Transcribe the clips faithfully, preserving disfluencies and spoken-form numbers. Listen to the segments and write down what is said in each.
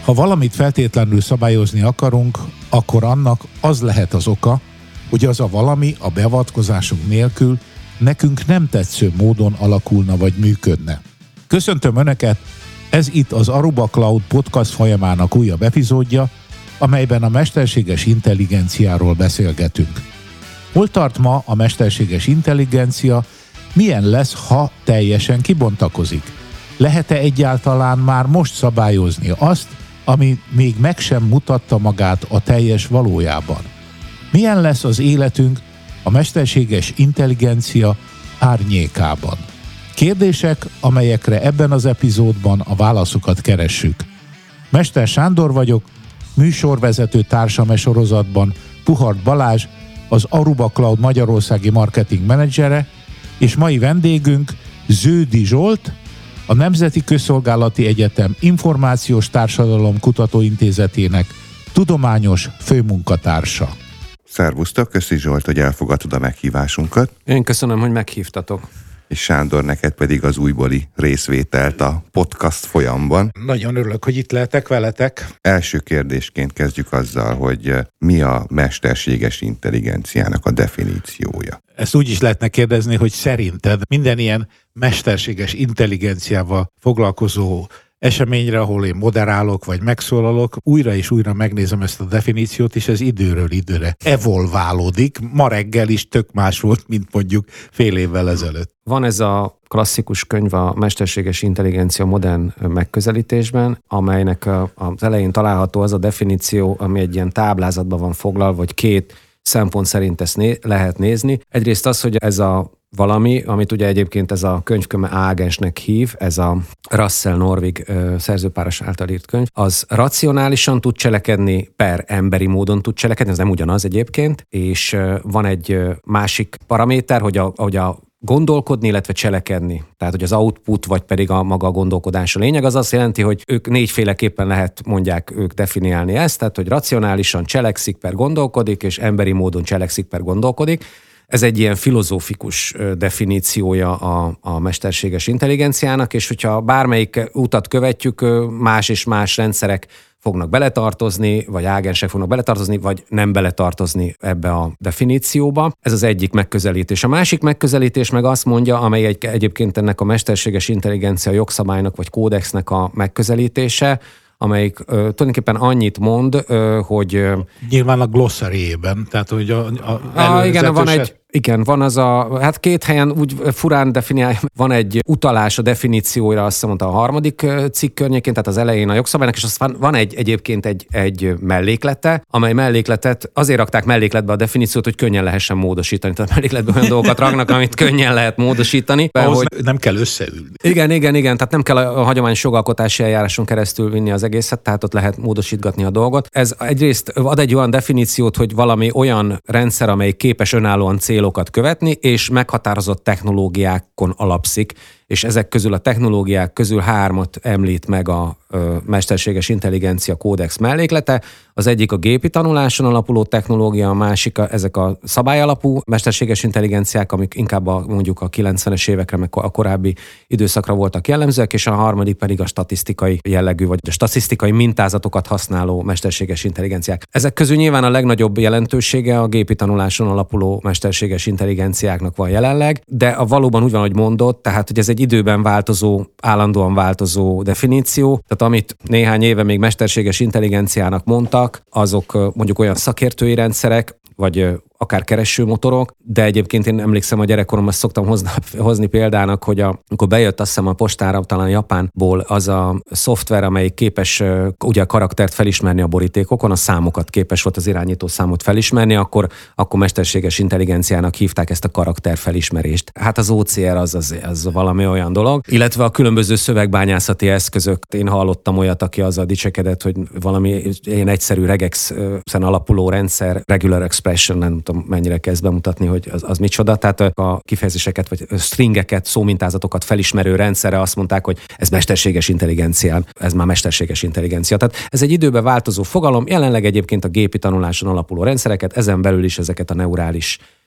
Ha valamit feltétlenül szabályozni akarunk, akkor annak az lehet az oka, hogy az a valami a beavatkozásunk nélkül nekünk nem tetsző módon alakulna vagy működne. Köszöntöm Önöket, ez itt az Aruba Cloud podcast folyamának újabb epizódja, amelyben a mesterséges intelligenciáról beszélgetünk. Hol tart ma a mesterséges intelligencia, milyen lesz, ha teljesen kibontakozik? Lehet-e egyáltalán már most szabályozni azt, ami még meg sem mutatta magát a teljes valójában? Milyen lesz az életünk a mesterséges intelligencia árnyékában? Kérdések, amelyekre ebben az epizódban a válaszokat keressük. Mester Sándor vagyok, műsorvezető társam e sorozatban Puhart Balázs, az Aruba Cloud magyarországi marketing menedzsere, és mai vendégünk Ződi Zsolt, a Nemzeti Közszolgálati Egyetem Információs Társadalom Kutatóintézetének tudományos főmunkatársa. Szervusztok, köszi Zsolt, hogy elfogadtad a meghívásunkat. Én köszönöm, hogy meghívtatok. És Sándor, neked pedig az újbóli részvételt a podcast folyamban. Nagyon örülök, hogy itt lehetek veletek. Első kérdésként kezdjük azzal, hogy mi a mesterséges intelligenciának a definíciója. Ezt úgy is lehetne kérdezni, hogy szerinted minden ilyen mesterséges intelligenciával foglalkozó eseményre, ahol én moderálok vagy megszólalok, újra és újra megnézem ezt a definíciót, és ez időről időre evolválódik. Ma reggel is tök más volt, mint mondjuk fél évvel ezelőtt. Van ez a klasszikus könyv a mesterséges intelligencia modern megközelítésben, amelynek az elején található az a definíció, ami egy ilyen táblázatban van foglalva, vagy két szempont szerint ezt né- lehet nézni. Egyrészt az, hogy ez a valami, amit ugye egyébként ez a könyvköme ágensnek hív, ez a Russell-Norvig szerzőpáros által írt könyv, az racionálisan tud cselekedni, per emberi módon tud cselekedni, ez nem ugyanaz egyébként, és van egy másik paraméter, hogy a, hogy a gondolkodni, illetve cselekedni. Tehát, hogy az output, vagy pedig a maga a gondolkodás a lényeg, az azt jelenti, hogy ők négyféleképpen lehet, mondják ők definiálni ezt, tehát, hogy racionálisan cselekszik, per gondolkodik, és emberi módon cselekszik, per gondolkodik. Ez egy ilyen filozófikus definíciója a, a mesterséges intelligenciának, és hogyha bármelyik utat követjük, más és más rendszerek fognak beletartozni, vagy ágensek fognak beletartozni, vagy nem beletartozni ebbe a definícióba. Ez az egyik megközelítés. A másik megközelítés meg azt mondja, amely egy, egyébként ennek a mesterséges intelligencia jogszabálynak, vagy kódexnek a megközelítése, amelyik ö, tulajdonképpen annyit mond, ö, hogy... Ö, Nyilván a glossariében, tehát hogy a, a ah, igen, van egy, igen, van az a, hát két helyen úgy furán definiálja, van egy utalás a definícióra, azt mondta a harmadik cikk környékén, tehát az elején a jogszabálynak, és aztán van egy egyébként egy, egy melléklete, amely mellékletet, azért rakták mellékletbe a definíciót, hogy könnyen lehessen módosítani. Tehát mellékletbe olyan dolgokat raknak, amit könnyen lehet módosítani. Ahhoz hogy, nem kell összeülni. Igen, igen, igen, tehát nem kell a hagyományos jogalkotási eljáráson keresztül vinni az egészet, tehát ott lehet módosítgatni a dolgot. Ez egyrészt ad egy olyan definíciót, hogy valami olyan rendszer, amely képes önállóan célokat követni, és meghatározott technológiákon alapszik, és ezek közül a technológiák közül hármat említ meg a ö, mesterséges intelligencia kódex melléklete. Az egyik a gépi tanuláson alapuló technológia, a másik a, ezek a szabályalapú mesterséges intelligenciák, amik inkább a, mondjuk a kilencvenes évekre, meg a korábbi időszakra voltak jellemzőek, és a harmadik pedig a statisztikai jellegű, vagy a statisztikai mintázatokat használó mesterséges intelligenciák. Ezek közül nyilván a legnagyobb jelentősége a gépi tanuláson alapuló mesterséges intelligenciáknak van jelenleg, de a valóban úgy van, hogy mondott, tehát hogy ez egy időben változó, állandóan változó definíció. Tehát amit néhány éve még mesterséges intelligenciának mondtak, azok mondjuk olyan szakértői rendszerek, vagy akár keresőmotorok, de egyébként én emlékszem, a gyerekkoromban azt szoktam hozni, hozni példának, hogy a, amikor bejött azt hiszem a postára, talán Japánból az a szoftver, amelyik képes ugye a karaktert felismerni a borítékokon, a számokat képes volt az irányító számot felismerni, akkor, akkor mesterséges intelligenciának hívták ezt a karakter felismerést. Hát az o cé er az, az, az valami olyan dolog, illetve a különböző szövegbányászati eszközök. Én hallottam olyat, aki azzal dicsekedett, hogy valami ilyen egyszerű regexen alapuló rendszer, regular expression, nem tudom mennyire kezd bemutatni, hogy az, az micsoda. Tehát a kifejezéseket, vagy stringeket, szómintázatokat felismerő rendszerre azt mondták, hogy ez mesterséges intelligencián, ez már mesterséges intelligencia. Tehát ez egy időben változó fogalom, jelenleg egyébként a gépi tanuláson alapuló rendszereket, ezen belül is ezeket a neurális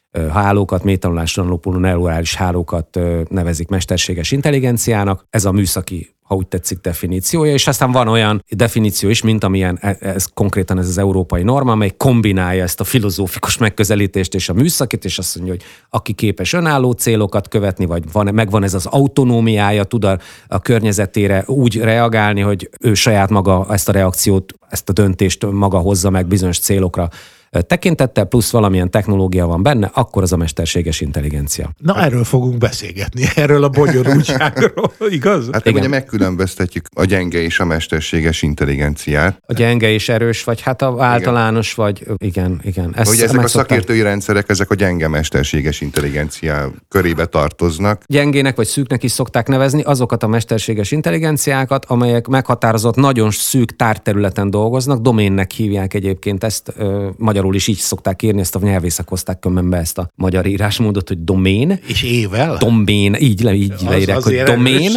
hálókat, mélytanulásra alapuló neurális hálókat nevezik mesterséges intelligenciának. Ez a műszaki, ha úgy tetszik, definíciója, és aztán van olyan definíció is, mint amilyen ez konkrétan ez az európai norma, amely kombinálja ezt a filozófikus megközelítést és a műszakit, és azt mondja, hogy aki képes önálló célokat követni, vagy van, megvan ez az autonómiája, tud a, a környezetére úgy reagálni, hogy ő saját maga ezt a reakciót, ezt a döntést maga hozza meg bizonyos célokra tekintettel, plusz valamilyen technológia van benne, akkor az a mesterséges intelligencia. Na, erről fogunk beszélgetni, erről a bonyolultságról, igaz? Hát ugye megkülönböztetjük a gyenge és a mesterséges intelligenciát. A gyenge és erős, vagy hát a általános, igen. vagy igen, igen. Ezt ugye ezek a szakértői rendszerek, ezek a gyenge mesterséges intelligencia körébe tartoznak. Gyengének vagy szűknek is szokták nevezni azokat a mesterséges intelligenciákat, amelyek meghatározott, nagyon szűk tárterületen dolgoznak, doménnek hívják egyébként ezt, ö, magyarul is így szokták írni, ezt a nyelvészek hozták kömben be ezt a magyar írásmódot, hogy domén. És ével? Domén, így, le, így leírják, hogy domén,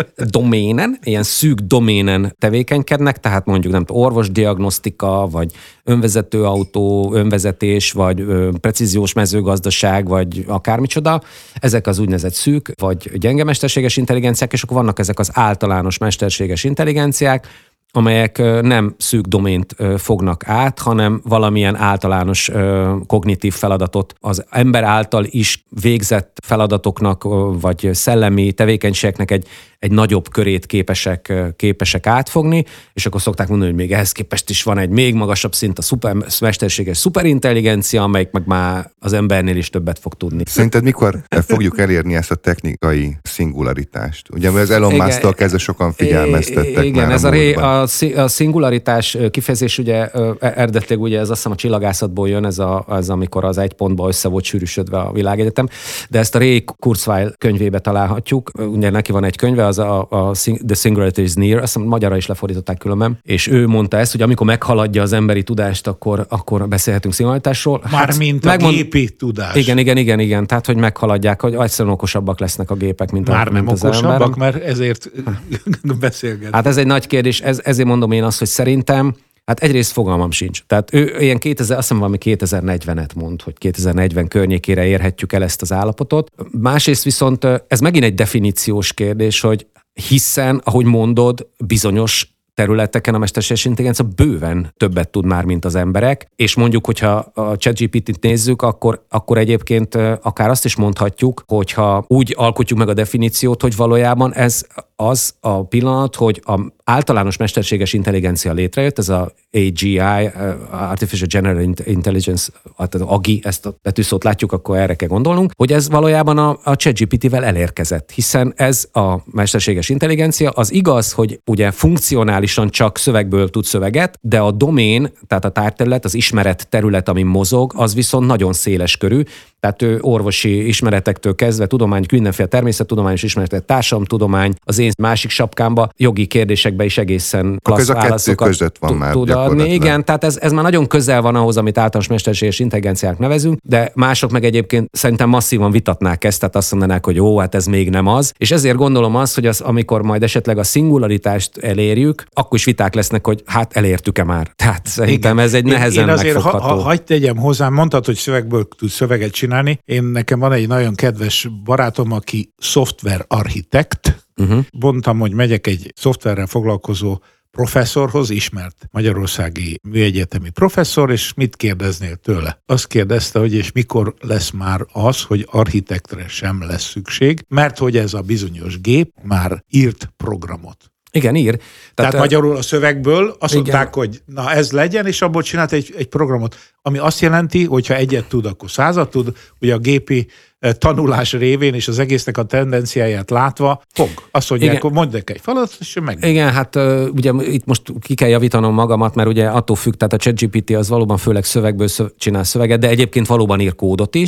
doménen, ilyen szűk doménen tevékenykednek, tehát mondjuk nem tudom, orvosdiagnosztika, vagy önvezető autó, önvezetés, vagy ö, precíziós mezőgazdaság, vagy akármicsoda. Ezek az úgynevezett szűk, vagy gyenge mesterséges intelligenciák, és akkor vannak ezek az általános mesterséges intelligenciák, amelyek nem szűk domént fognak át, hanem valamilyen általános kognitív feladatot az ember által is végzett feladatoknak, vagy szellemi tevékenységeknek egy, egy nagyobb körét képesek, képesek átfogni, és akkor szokták mondani, hogy még ehhez képest is van egy még magasabb szint, a szuper, mesterséges szuperintelligencia, amelyik meg már az embernél is többet fog tudni. Szerinted mikor fogjuk elérni ezt a technikai szingularitást? Ugye az Elon Musk-tól kezdve sokan figyelmeztettek igen, már ez a, a, ré, a, a szingularitás kifejezés ugye eredetileg ugye ez azt hiszem a csillagászatból jön, ez, a, ez amikor az egy pontba össze volt sűrűsödve a világegyetem, de ezt a Ray Kurzweil könyvébe találhatjuk, ugye neki van egy könyve, az a, a The Singularity is Near, azt hiszem magyarra is lefordították különben, és ő mondta ezt, hogy amikor meghaladja az emberi tudást, akkor, akkor beszélhetünk szingularitásról. Mármint hát, a megmond... gépi tudás. Igen, igen, igen, igen, tehát hogy meghaladják, hogy egyszerűen okosabbak lesznek a gépek, mint, Már a, nem mint az okosabbak, ember. mert ezért beszélgetünk. Hát ez egy nagy kérdés, ez, ezért mondom én azt, hogy szerintem, hát egyrészt fogalmam sincs. Tehát ő ilyen kétezer, azt hiszem valami kétezer-negyvenet mond, hogy kétezer-negyven környékére érhetjük el ezt az állapotot. Másrészt viszont ez megint egy definíciós kérdés, hogy hiszen, ahogy mondod, bizonyos területeken a mesterséges intelligencia bőven többet tud már, mint az emberek, és mondjuk, hogyha a ChatGPT-t nézzük, akkor, akkor egyébként akár azt is mondhatjuk, hogyha úgy alkotjuk meg a definíciót, hogy valójában ez az a pillanat, hogy a általános mesterséges intelligencia létrejött, ez a á gé i, Artificial General Intelligence, az á gé i, ezt a betűszót látjuk, akkor erre kell gondolnunk, hogy ez valójában a, a ChatGPT-vel elérkezett, hiszen ez a mesterséges intelligencia, az igaz, hogy ugye funkcionálisan csak szövegből tud szöveget, de a domén, tehát a tárterület, az ismeret terület, ami mozog, az viszont nagyon széles körű, tehát ő orvosi ismeretektől kezdve tudomány, mindenféle természettudományos ismeretek, társadalomtudomány, az én másik sapkámba jogi kérdésekbe is egészen klassz válaszokat között van már tud adni. Igen, tehát ez, ez már nagyon közel van ahhoz, amit általános mesterséges intelligenciák nevezünk, de mások meg egyébként szerintem masszívan vitatnák ezt, tehát azt mondanák, hogy jó, hát ez még nem az. És ezért gondolom azt, hogy az, amikor majd esetleg a szingularitást elérjük, akkor is viták lesznek, hogy hát elértük-e már. Tehát szerintem igen. Ez egy nehezen én, én azért megfogható. Ha, ha, hagyd tegyem hozzá, mondtad, hogy szövegből tud szöveget csinálni. Én nekem van egy nagyon kedves barátom, aki szoftver architekt. Uh-huh. Mondtam, hogy megyek egy szoftverrel foglalkozó professzorhoz, ismert magyarországi műegyetemi professzor, és mit kérdeznél tőle? Azt kérdezte, hogy és mikor lesz már az, hogy architektre sem lesz szükség, mert hogy ez a bizonyos gép már írt programot. Igen, ír. Tehát, Tehát magyarul a szövegből azt igen. mondták, hogy na ez legyen, és abból csinált egy, egy programot, ami azt jelenti, hogyha egyet tud, akkor százat tud, ugye a gépi tanulás révén és az egésznek a tendenciáját látva fog. Azt mondják, igen. Akkor mondd neki egy feladat, és meg. Igen, hát ugye itt most ki kell javítanom magamat, mert ugye attól függ, tehát a ChatGPT az valóban főleg szövegből szöv, csinál szöveget, de egyébként valóban ír kódot is,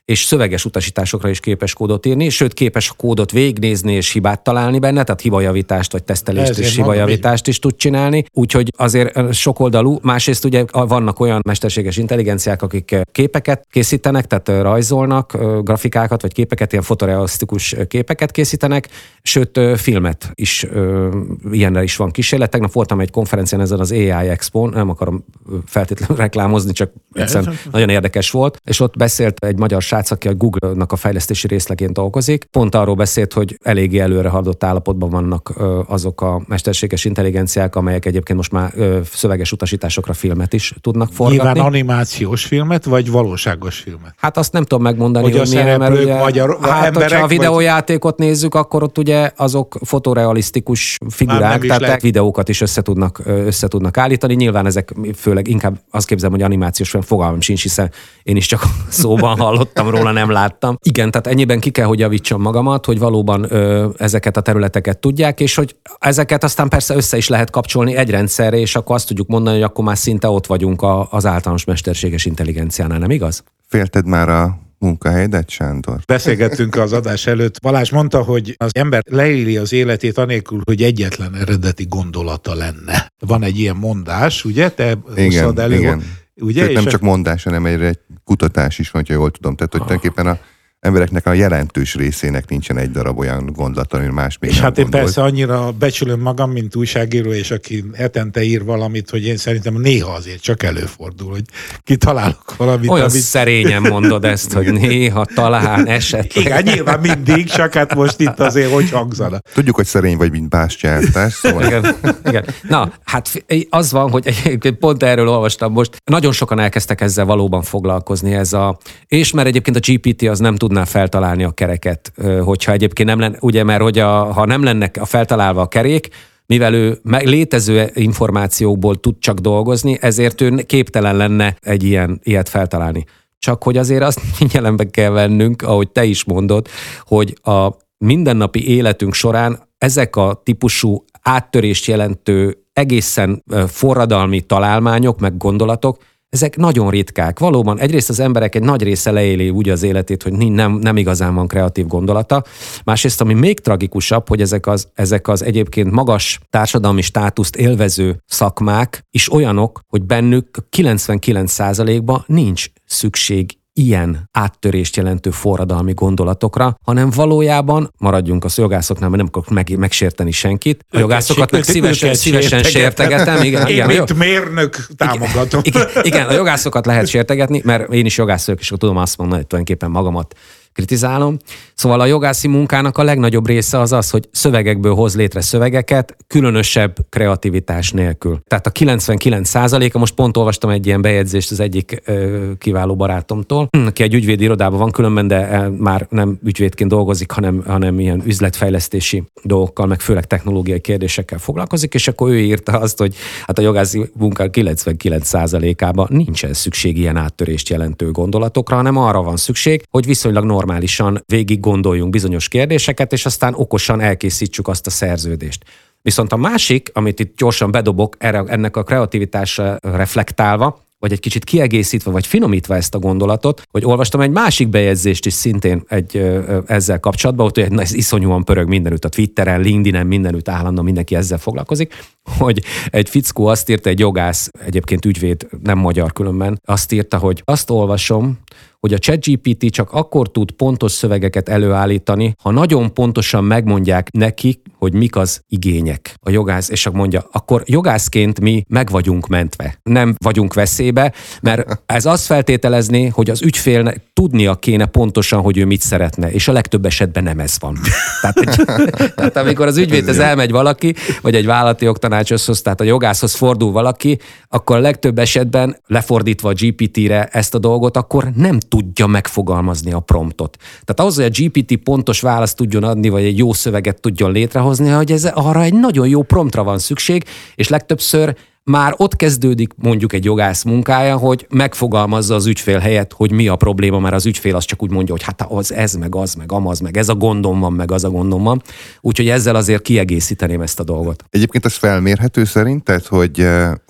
és szöveges utasításokra is képes kódot írni, sőt képes a kódot végignézni és hibát találni benne, tehát hibajavítást vagy tesztelést ezért és hibajavítást is tud csinálni, úgyhogy azért sokoldalú. Másrészt ugye vannak olyan mesterséges intelligenciák, akik képeket készítenek, tehát rajzolnak grafikákat vagy képeket, ilyen fotorealisztikus képeket készítenek, sőt filmet is, ilyenre is van kísérlet. Tegnap voltam egy konferencián ezen az á i Expo-n, nem akarom feltétlenül reklámozni, csak egyszerűen nagyon érdekes volt, és ott beszélt egy magyar srác, aki a Google-nak a fejlesztési részlegén dolgozik. Pont arról beszélt, hogy eléggé előre haladott állapotban vannak azok a mesterséges intelligenciák, amelyek egyébként most már szöveges utasításokra filmet is tudnak forgatni. Nyilván animációs filmet, vagy valóságos filmet? Hát azt nem tudom megmondani, hogy, hogy milyen, mert ugye, magyar, hát, emberek, hogyha a videójátékot vagy... nézzük, akkor ott ugye azok fotorealisztikus figurák, tehát lehet. Videókat is össze tudnak, össze tudnak állítani. Nyilván ezek főleg inkább azt képzelem, hogy animációs film, fogalmam sincs, hiszen én is csak szóban hallottam róla, nem láttam. Igen, tehát ennyiben ki kell, hogy javítsam magamat, hogy valóban ö, ezeket a területeket tudják, és hogy ezeket aztán persze össze is lehet kapcsolni egy rendszerre, és akkor azt tudjuk mondani, hogy akkor már szinte ott vagyunk a, az általános mesterséges intelligenciánál, nem igaz? Félted már a munkahelyedet, Sándor? Beszélgettünk az adás előtt. Balázs mondta, hogy az ember leéli az életét anélkül, hogy egyetlen eredeti gondolata lenne. Van egy ilyen mondás, ugye? Te igen, hoztad elő. Igen. Ugye? Sőt, nem és csak mondás, hanem egy, egy kutatás is van, hogyha jól tudom. Tehát, hogy ah. tulajdonképpen a embereknek a jelentős részének nincsen egy darab olyan gondolat, ami más még és nem hát én gondolt. persze annyira becsülöm magam, mint újságíró, és aki hetente ír valamit, hogy én szerintem néha azért csak előfordul, hogy kitalálok valamit. Olyan amit... szerényen mondod ezt, hogy néha, talán, esetleg. Igen, nyilván mindig, csak hát most itt azért hogy hangzana. Tudjuk, hogy szerény vagy, mint bástyártás, szóval... igen, igen. Na, hát az van, hogy egyébként pont erről olvastam most, nagyon sokan elkezdtek ezzel valóban foglalkozni, ez a, és mert egyébként a gé pé té az nem tudná feltalálni a kereket, hogyha egyébként nem lenne, ugye, mert hogy a, ha nem lenne a feltalálva a kerék, mivel ő létező információkból tud csak dolgozni, ezért ő képtelen lenne egy ilyen, ilyet feltalálni. Csak hogy azért azt figyelembe kell vennünk, ahogy te is mondod, hogy a mindennapi életünk során ezek a típusú áttörést jelentő egészen forradalmi találmányok, meg gondolatok, ezek nagyon ritkák. Valóban egyrészt az emberek egy nagy része leéli úgy az életét, hogy nem, nem igazán van kreatív gondolata. Másrészt, ami még tragikusabb, hogy ezek az, ezek az egyébként magas társadalmi státuszt élvező szakmák is olyanok, hogy bennük kilencvenkilenc százalékban nincs szükség ilyen áttörést jelentő forradalmi gondolatokra, hanem valójában, maradjunk a jogászoknál, mert nem akarok meg, megsérteni senkit, a jogászokat meg szívesen, szívesen sértegetem. Igen, én, igen, mint mérnök támogatom. Igen, igen, a jogászokat lehet sértegetni, mert én is jogász vagyok, és tudom azt mondani, hogy tulajdonképpen magamat kritizálom. Szóval a jogászi munkának a legnagyobb része az az, hogy szövegekből hoz létre szövegeket, különösebb kreativitás nélkül. Tehát a kilencvenkilenc százaléka, most pont olvastam egy ilyen bejegyzést az egyik ö, kiváló barátomtól, aki egy ügyvédi irodában van különben, de már nem ügyvédként dolgozik, hanem, hanem ilyen üzletfejlesztési dolgokkal, meg főleg technológiai kérdésekkel foglalkozik, és akkor ő írta azt, hogy hát a jogászi munka kilencvenkilenc százalékában nincsen szükség ilyen áttörést jelentő gondolatokra, hanem arra van szükség, hogy viszonylag normálisan végig gondoljunk bizonyos kérdéseket, és aztán okosan elkészítsük azt a szerződést. Viszont a másik, amit itt gyorsan bedobok, erre, ennek a kreativitásra reflektálva, vagy egy kicsit kiegészítve, vagy finomítva ezt a gondolatot, hogy olvastam egy másik bejegyzést is szintén egy, ö, ezzel kapcsolatban, hogy ez iszonyúan pörög mindenütt, a Twitteren, LinkedInen, mindenütt állandóan mindenki ezzel foglalkozik, hogy egy fickó azt írta, egy jogász, egyébként ügyvéd, nem magyar különben, azt írta, hogy azt olvasom, hogy a ChatGPT csak akkor tud pontos szövegeket előállítani, ha nagyon pontosan megmondják neki, hogy mik az igények. A jogász, és akkor mondja, akkor jogászként mi meg vagyunk mentve. Nem vagyunk veszélybe, mert ez azt feltételezné, hogy az ügyfélnek tudnia kéne pontosan, hogy ő mit szeretne, és a legtöbb esetben nem ez van. Tehát, egy, tehát amikor az ügyvédhez elmegy valaki, vagy egy vállalati jogtanácsoshoz, tehát a jogászhoz fordul valaki, akkor a legtöbb esetben lefordítva a gé pé té-re ezt a dolgot, akkor nem tudja megfogalmazni a promptot. Tehát ahhoz, hogy a gé pé té pontos választ tudjon adni, vagy egy jó szöveget tudjon létrehozni, hogy ez arra egy nagyon jó promptra van szükség, és legtöbbször már ott kezdődik mondjuk egy jogász munkája, hogy megfogalmazza az ügyfél helyett, hogy mi a probléma, mert az ügyfél az csak úgy mondja, hogy hát az, ez, meg az, meg amaz, meg ez a gondom van, meg az a gondom van. Úgyhogy ezzel azért kiegészíteném ezt a dolgot. Egyébként az felmérhető szerinted, hogy,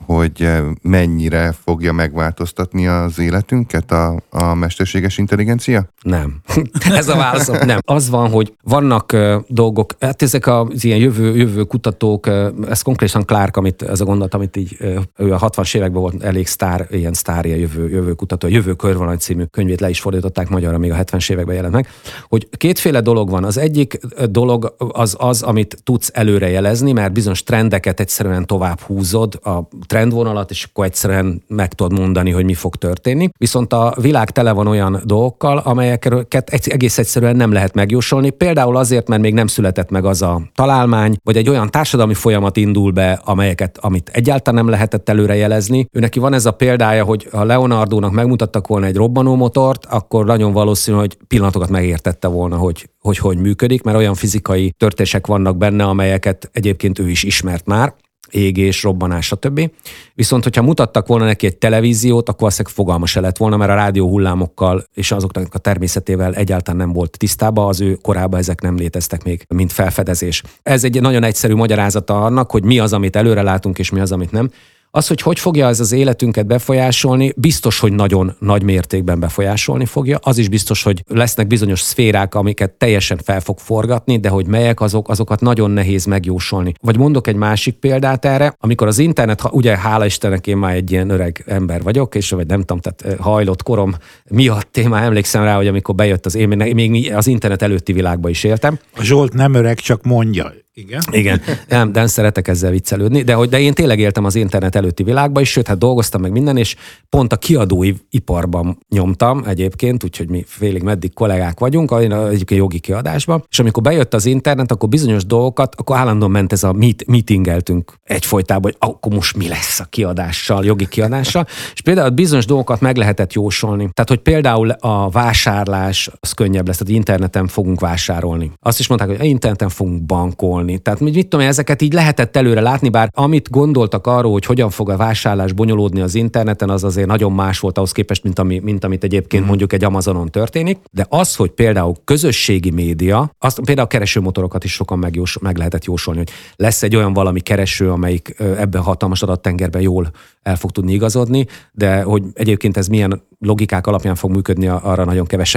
hogy mennyire fogja megváltoztatni az életünket a, a mesterséges intelligencia? Nem. Ez a válaszom. Nem. Az van, hogy vannak uh, dolgok, hát ezek az ilyen jövő, jövő kutatók, uh, ez konkrétan Clark, amit, ez a gondolat, amit így, uh, ő a hatvanas években volt elég sztár, ilyen sztárja, jövő, jövő kutató, a Jövő körvonal című könyvét le is fordították magyarra, még a hetvenes években jelent meg, hogy kétféle dolog van. Az egyik dolog az az, amit tudsz előrejelezni, mert bizonyos trendeket egyszerűen tovább húzod a trendvonalat, és akkor egyszerűen meg tudod mondani, hogy mi fog történni. Viszont a világ tele van olyan dolgokkal, amelyeket egész egyszerűen nem lehet megjósolni. Például azért, mert még nem született meg az a találmány, vagy egy olyan társadalmi folyamat indul be, amelyeket, amit egyáltalán nem lehetett előrejelezni. Ő neki van ez a példája, hogy ha Leonardónak megmutattak volna egy robbanómotort, akkor nagyon valószínű, hogy pillanatokat megértette volna, hogy hogy, hogy működik, mert olyan fizikai történések vannak benne, amelyeket egyébként ő is ismert már. Égés, robbanás, stb. Viszont, hogyha mutattak volna neki egy televíziót, akkor valószínűleg fogalma se lett volna, mert a rádió hullámokkal és azoknak a természetével egyáltalán nem volt tisztában, az ő korában ezek nem léteztek még, mint felfedezés. Ez egy nagyon egyszerű magyarázata annak, hogy mi az, amit előre látunk, és mi az, amit nem. Az, hogy hogy fogja ez az életünket befolyásolni, biztos, hogy nagyon nagy mértékben befolyásolni fogja. Az is biztos, hogy lesznek bizonyos szférák, amiket teljesen fel fog forgatni, de hogy melyek azok, azokat nagyon nehéz megjósolni. Vagy mondok egy másik példát erre, amikor az internet, ugye hála Istennek én már egy ilyen öreg ember vagyok, és vagy nem tudom, tehát hajlott korom miatt én már emlékszem rá, hogy amikor bejött az én, még az internet előtti világba is éltem. A Zsolt nem öreg, csak mondja. Igen. Igen, nem, de nem szeretek ezzel viccelődni, de, hogy, de én tényleg éltem az internet előtti világban is, sőt, hát dolgoztam meg minden, és pont a kiadói iparban nyomtam egyébként, úgyhogy mi félig meddig kollégák vagyunk, egyébként jogi kiadásban, és amikor bejött az internet, akkor bizonyos dolgokat, akkor állandóan ment ez a meet, meetingeltünk egyfolytában, hogy akkor most mi lesz a kiadással, jogi kiadással, és például bizonyos dolgokat meg lehetett jósolni. Tehát, hogy például a vásárlás az könnyebb lesz, tehát interneten fogunk vásárolni. Azt is mondták, hogy interneten fogunk bankolni. Tehát mit tudom, ezeket így lehetett előre látni, bár amit gondoltak arról, hogy hogyan fog a vásárlás bonyolódni az interneten, az azért nagyon más volt ahhoz képest, mint, ami, mint amit egyébként mm. mondjuk egy Amazonon történik. De az, hogy például közösségi média, azt például a keresőmotorokat is sokan megjós, meg lehetett jósolni, hogy lesz egy olyan valami kereső, amelyik ebben a hatalmas adattengerben jól el fog tudni igazodni, de hogy egyébként ez milyen logikák alapján fog működni, arra nagyon kevesen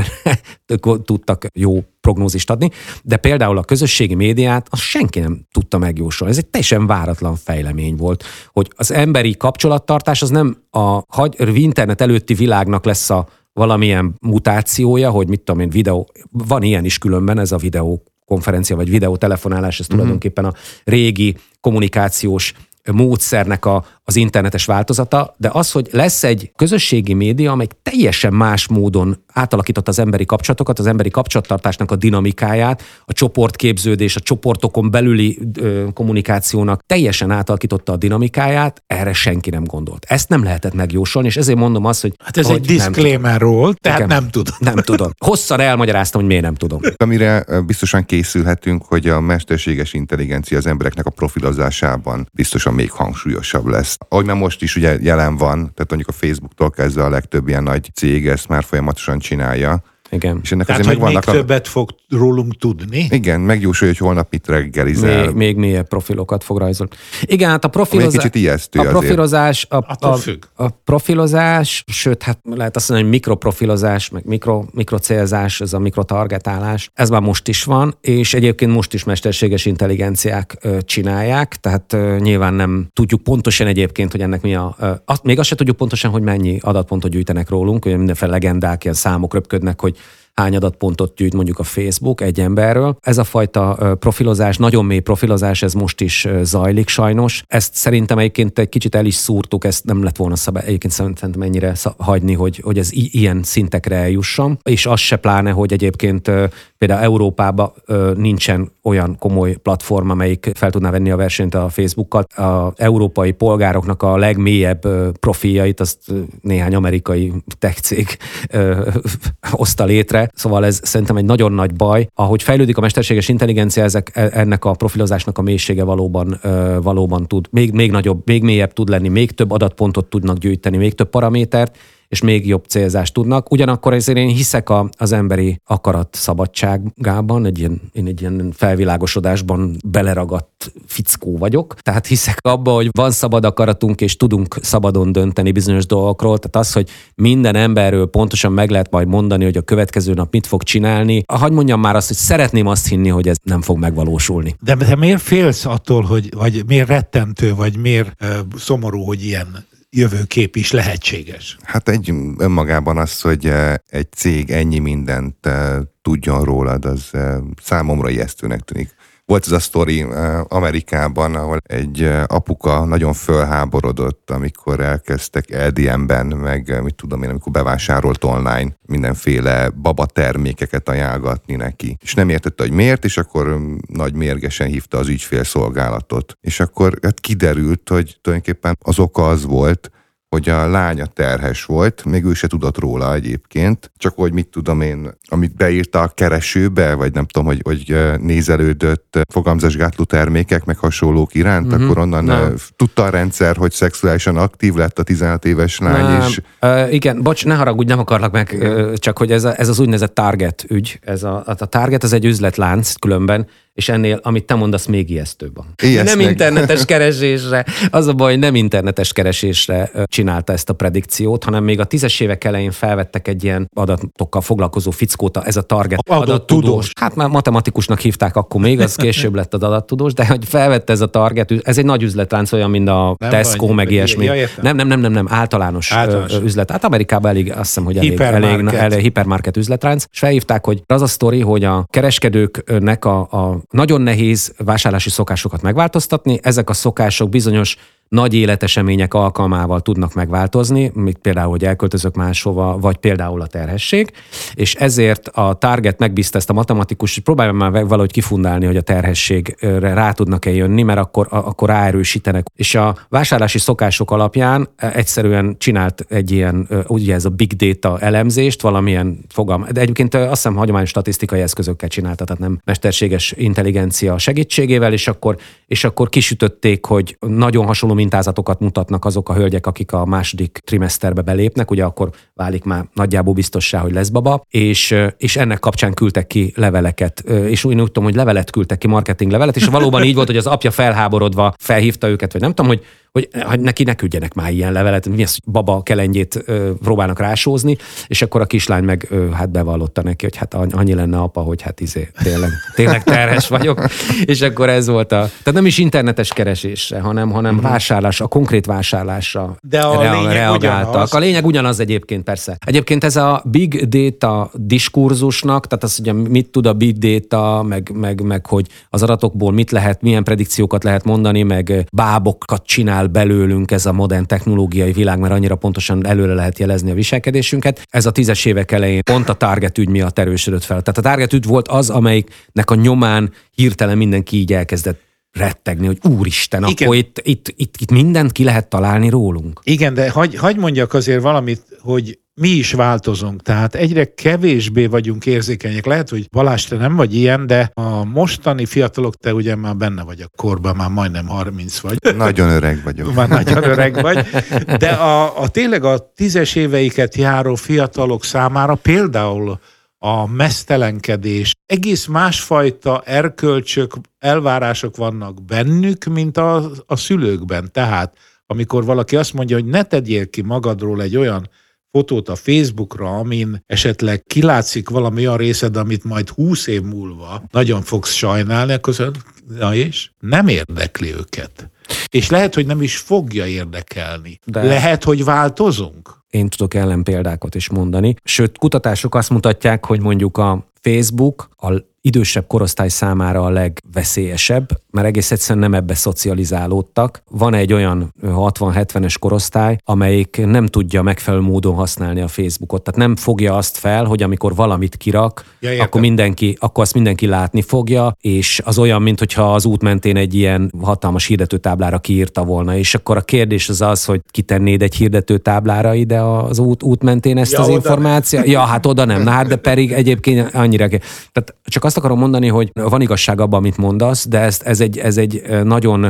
tudtak jó prognózist adni, de például a közösségi médiát azt senki nem tudta megjósolni. Ez egy teljesen váratlan fejlemény volt, hogy az emberi kapcsolattartás az nem a internet előtti világnak lesz a valamilyen mutációja, hogy mit tudom én, videó, van ilyen is különben, ez a videókonferencia vagy videótelefonálás, ez mm-hmm. tulajdonképpen a régi kommunikációs módszernek a, az internetes változata, de az, hogy lesz egy közösségi média, amely teljesen más módon átalakított az emberi kapcsolatokat, az emberi kapcsolattartásnak a dinamikáját, a csoportképződés, a csoportokon belüli ö, kommunikációnak teljesen átalakította a dinamikáját, erre senki nem gondolt. Ezt nem lehetett megjósolni, és ezért mondom azt, hogy... Hát ez hogy egy disclaimer volt, tehát Igen, nem tudom. Nem tudom. Hosszan elmagyaráztam, hogy miért nem tudom. Amire biztosan készülhetünk, hogy a mesterséges intelligencia az embereknek a profilozásában biztosan még hangsúlyosabb lesz. Ahogy már most is ugye jelen van, tehát mondjuk a Facebooktól kezdve a legtöbb ilyen nagy cég ezt már folyamatosan csinálja. Igen. És ennek Tehát, azért hogy még a... többet fog rólunk tudni. Igen, megjósolja, hogy holnap mit reggelizel. Még, még mélyebb profilokat fog rajzolni. Igen, hát a profilozás... Egy kicsit ijesztő a profilozás, a, a, a profilozás, sőt, hát lehet azt mondani, hogy mikroprofilozás, meg mikro, mikrocélzás, ez a mikrotargetálás, ez már most is van, és egyébként most is mesterséges intelligenciák ö, csinálják, tehát ö, nyilván nem tudjuk pontosan egyébként, hogy ennek mi a... Ö, azt, még azt se tudjuk pontosan, hogy mennyi adatpontot gyűjtenek rólunk, hogy mindenféle legendák, ilyen számok röpködnek, hogy hány adatpontot gyűjt mondjuk a Facebook egy emberről. Ez a fajta profilozás, nagyon mély profilozás, ez most is zajlik sajnos. Ezt szerintem egyébként egy kicsit el is szúrtuk, ezt nem lett volna szabad egyébként szerintem ennyire hagyni, hogy, hogy ez i- ilyen szintekre eljusson. És az se pláne, hogy egyébként például Európában nincsen olyan komoly platform, amelyik fel tudná venni a versenyt a Facebookkal. Az európai polgároknak a legmélyebb profiljait, azt néhány amerikai tech cég hozta létre. Szóval ez szerintem egy nagyon nagy baj. Ahogy fejlődik a mesterséges intelligencia, ezek, ennek a profilozásnak a mélysége valóban, valóban tud, még, még nagyobb, még mélyebb tud lenni, még több adatpontot tudnak gyűjteni, még több paramétert, és még jobb célzást tudnak. Ugyanakkor ezért én hiszek a, az emberi akarat szabadságában, egy ilyen, én egy ilyen felvilágosodásban beleragadt fickó vagyok. Tehát hiszek abba, hogy van szabad akaratunk, és tudunk szabadon dönteni bizonyos dolgokról. Tehát az, hogy minden emberről pontosan meg lehet majd mondani, hogy a következő nap mit fog csinálni. Hadd mondjam már azt, hogy szeretném azt hinni, hogy ez nem fog megvalósulni. De, de miért félsz attól, hogy, vagy miért rettentő, vagy miért uh, szomorú, hogy ilyen jövőkép is lehetséges? Hát egy önmagában az, hogy egy cég ennyi mindent tudjon rólad, az számomra ijesztőnek tűnik. Volt ez a sztori Amerikában, ahol egy apuka nagyon fölháborodott, amikor elkezdtek el dé em-ben, meg mit tudom én, amikor bevásárolt online mindenféle baba termékeket ajánlgatni neki. És nem értette, hogy miért, és akkor nagy mérgesen hívta az ügyfélszolgálatot. És akkor hát kiderült, hogy tulajdonképpen az oka az volt, hogy a lánya terhes volt, még ő se tudott róla egyébként, csak hogy mit tudom én, amit beírta a keresőbe, vagy nem tudom, hogy, hogy nézelődött fogamzásgátló termékek, meg hasonlók iránt, mm-hmm. akkor onnan nem. tudta a rendszer, hogy szexuálisan aktív lett a tizenhat éves lány, nem. és... Uh, igen, bocs, ne haragudj, nem akarlak meg, uh, csak hogy ez, a, ez az úgynevezett target ügy, ez a, a target, ez egy üzletlánc különben, és ennél, amit te mondasz, még ijesztőbb van. Nem internetes keresésre, az a baj, nem internetes keresésre csinálta ezt a predikciót, hanem még a tízes évek elején felvettek egy ilyen adatokkal foglalkozó fickót, ez a target adattudós. Hát már matematikusnak hívták akkor még, az később lett az adattudós, de hogy felvette ez a target, ez egy nagy üzletlánc, olyan, mint a nem Tesco, vagy, meg ilyesmi. Ja, nem, nem, nem, nem, nem, általános, általános üzlet. Hát Amerikában elég, azt hiszem, hogy elég, hipermarket. elég, elég hipermarket üzletlánc, és felhívták, hogy az a sztori, hogy a kereskedőknek a, a nagyon nehéz vásárlási szokásokat megváltoztatni, ezek a szokások bizonyos nagy életesemények alkalmával tudnak megváltozni, mint például, hogy elköltözök máshova, vagy például a terhesség, és ezért a Target megbízta ezt a matematikus, hogy próbálja már valahogy kifundálni, hogy a terhességre rá tudnak-e jönni, mert akkor, akkor ráerősítenek. És a vásárlási szokások alapján egyszerűen csinált egy ilyen, ugye ez a big data elemzést, valamilyen fogalma. De egyébként azt hiszem hagyományos statisztikai eszközökkel csinálta, tehát nem mesterséges intelligencia segítségével, és akkor, és akkor kisütötték, hogy nagyon hasonló mintázatokat mutatnak azok a hölgyek, akik a második trimeszterbe belépnek, ugye akkor válik már nagyjából biztossá, hogy lesz baba, és, és ennek kapcsán küldtek ki leveleket, és úgy, úgy tudom, hogy levelet küldtek ki, marketing levelet, és valóban így volt, hogy az apja felháborodva felhívta őket, vagy nem tudom, hogy hogy, hogy neki ne küldjenek már ilyen levelet, mi az, baba kelengyét ö, próbálnak rásózni, és akkor a kislány meg ö, hát bevallotta neki, hogy hát annyi lenne apa, hogy hát izé, tényleg, tényleg terhes vagyok, és akkor ez volt a, tehát nem is internetes keresésre, hanem, hanem uh-huh. vásárlás, a konkrét vásárlásra de a rea- lényeg reagáltak. Ugyanaz. A lényeg ugyanaz egyébként, persze. Egyébként ez a big data diskurzusnak, tehát az, hogy mit tud a big data, meg, meg, meg hogy az adatokból mit lehet, milyen predikciókat lehet mondani, meg bábokat csinál belőlünk ez a modern technológiai világ, mert annyira pontosan előre lehet jelezni a viselkedésünket. Ez a tízes évek elején pont a Target ügy miatt erősödött fel. Tehát a Target ügy volt az, amelyiknek a nyomán hirtelen mindenki így elkezdett rettegni, hogy úristen, igen. akkor itt, itt, itt, itt mindent ki lehet találni rólunk. Igen, de hagy, hagy mondjak azért valamit, hogy mi is változunk, tehát egyre kevésbé vagyunk érzékenyek. Lehet, hogy Balázs, te nem vagy ilyen, de a mostani fiatalok, te ugye már benne vagy a korban, már majdnem harminc vagy. Nagyon öreg vagyok. Már nagyon öreg vagy. De a, a tényleg a tízes éveiket járó fiatalok számára például a meztelenkedés, egész másfajta erkölcsök, elvárások vannak bennük, mint a, a szülőkben. Tehát amikor valaki azt mondja, hogy ne tegyél ki magadról egy olyan fotót a Facebookra, amin esetleg kilátszik valami olyan részed, amit majd húsz év múlva nagyon fogsz sajnálni, akkor na és nem érdekli őket. És lehet, hogy nem is fogja érdekelni. De lehet, hogy változunk. Én tudok ellenpéldákat is mondani. Sőt, kutatások azt mutatják, hogy mondjuk a Facebook a idősebb korosztály számára a legveszélyesebb, mert egész egyszerűen nem ebbe szocializálódtak. Van egy olyan hatvan-hetvenes korosztály, amelyik nem tudja megfelelő módon használni a Facebookot. Tehát nem fogja azt fel, hogy amikor valamit kirak, ja, akkor mindenki, akkor azt mindenki látni fogja, és az olyan, mintha az út mentén egy ilyen hatalmas hirdetőtáblára kiírta volna. És akkor a kérdés az az, hogy kitennéd egy hirdetőtáblára ide az út, út mentén ezt ja, az információt? Ja, hát oda nem. Na hát, de pedig egyébként annyira... Tehát csak azt akarom mondani, hogy van igazság abban, amit mondasz, de ez, ez, egy, ez egy nagyon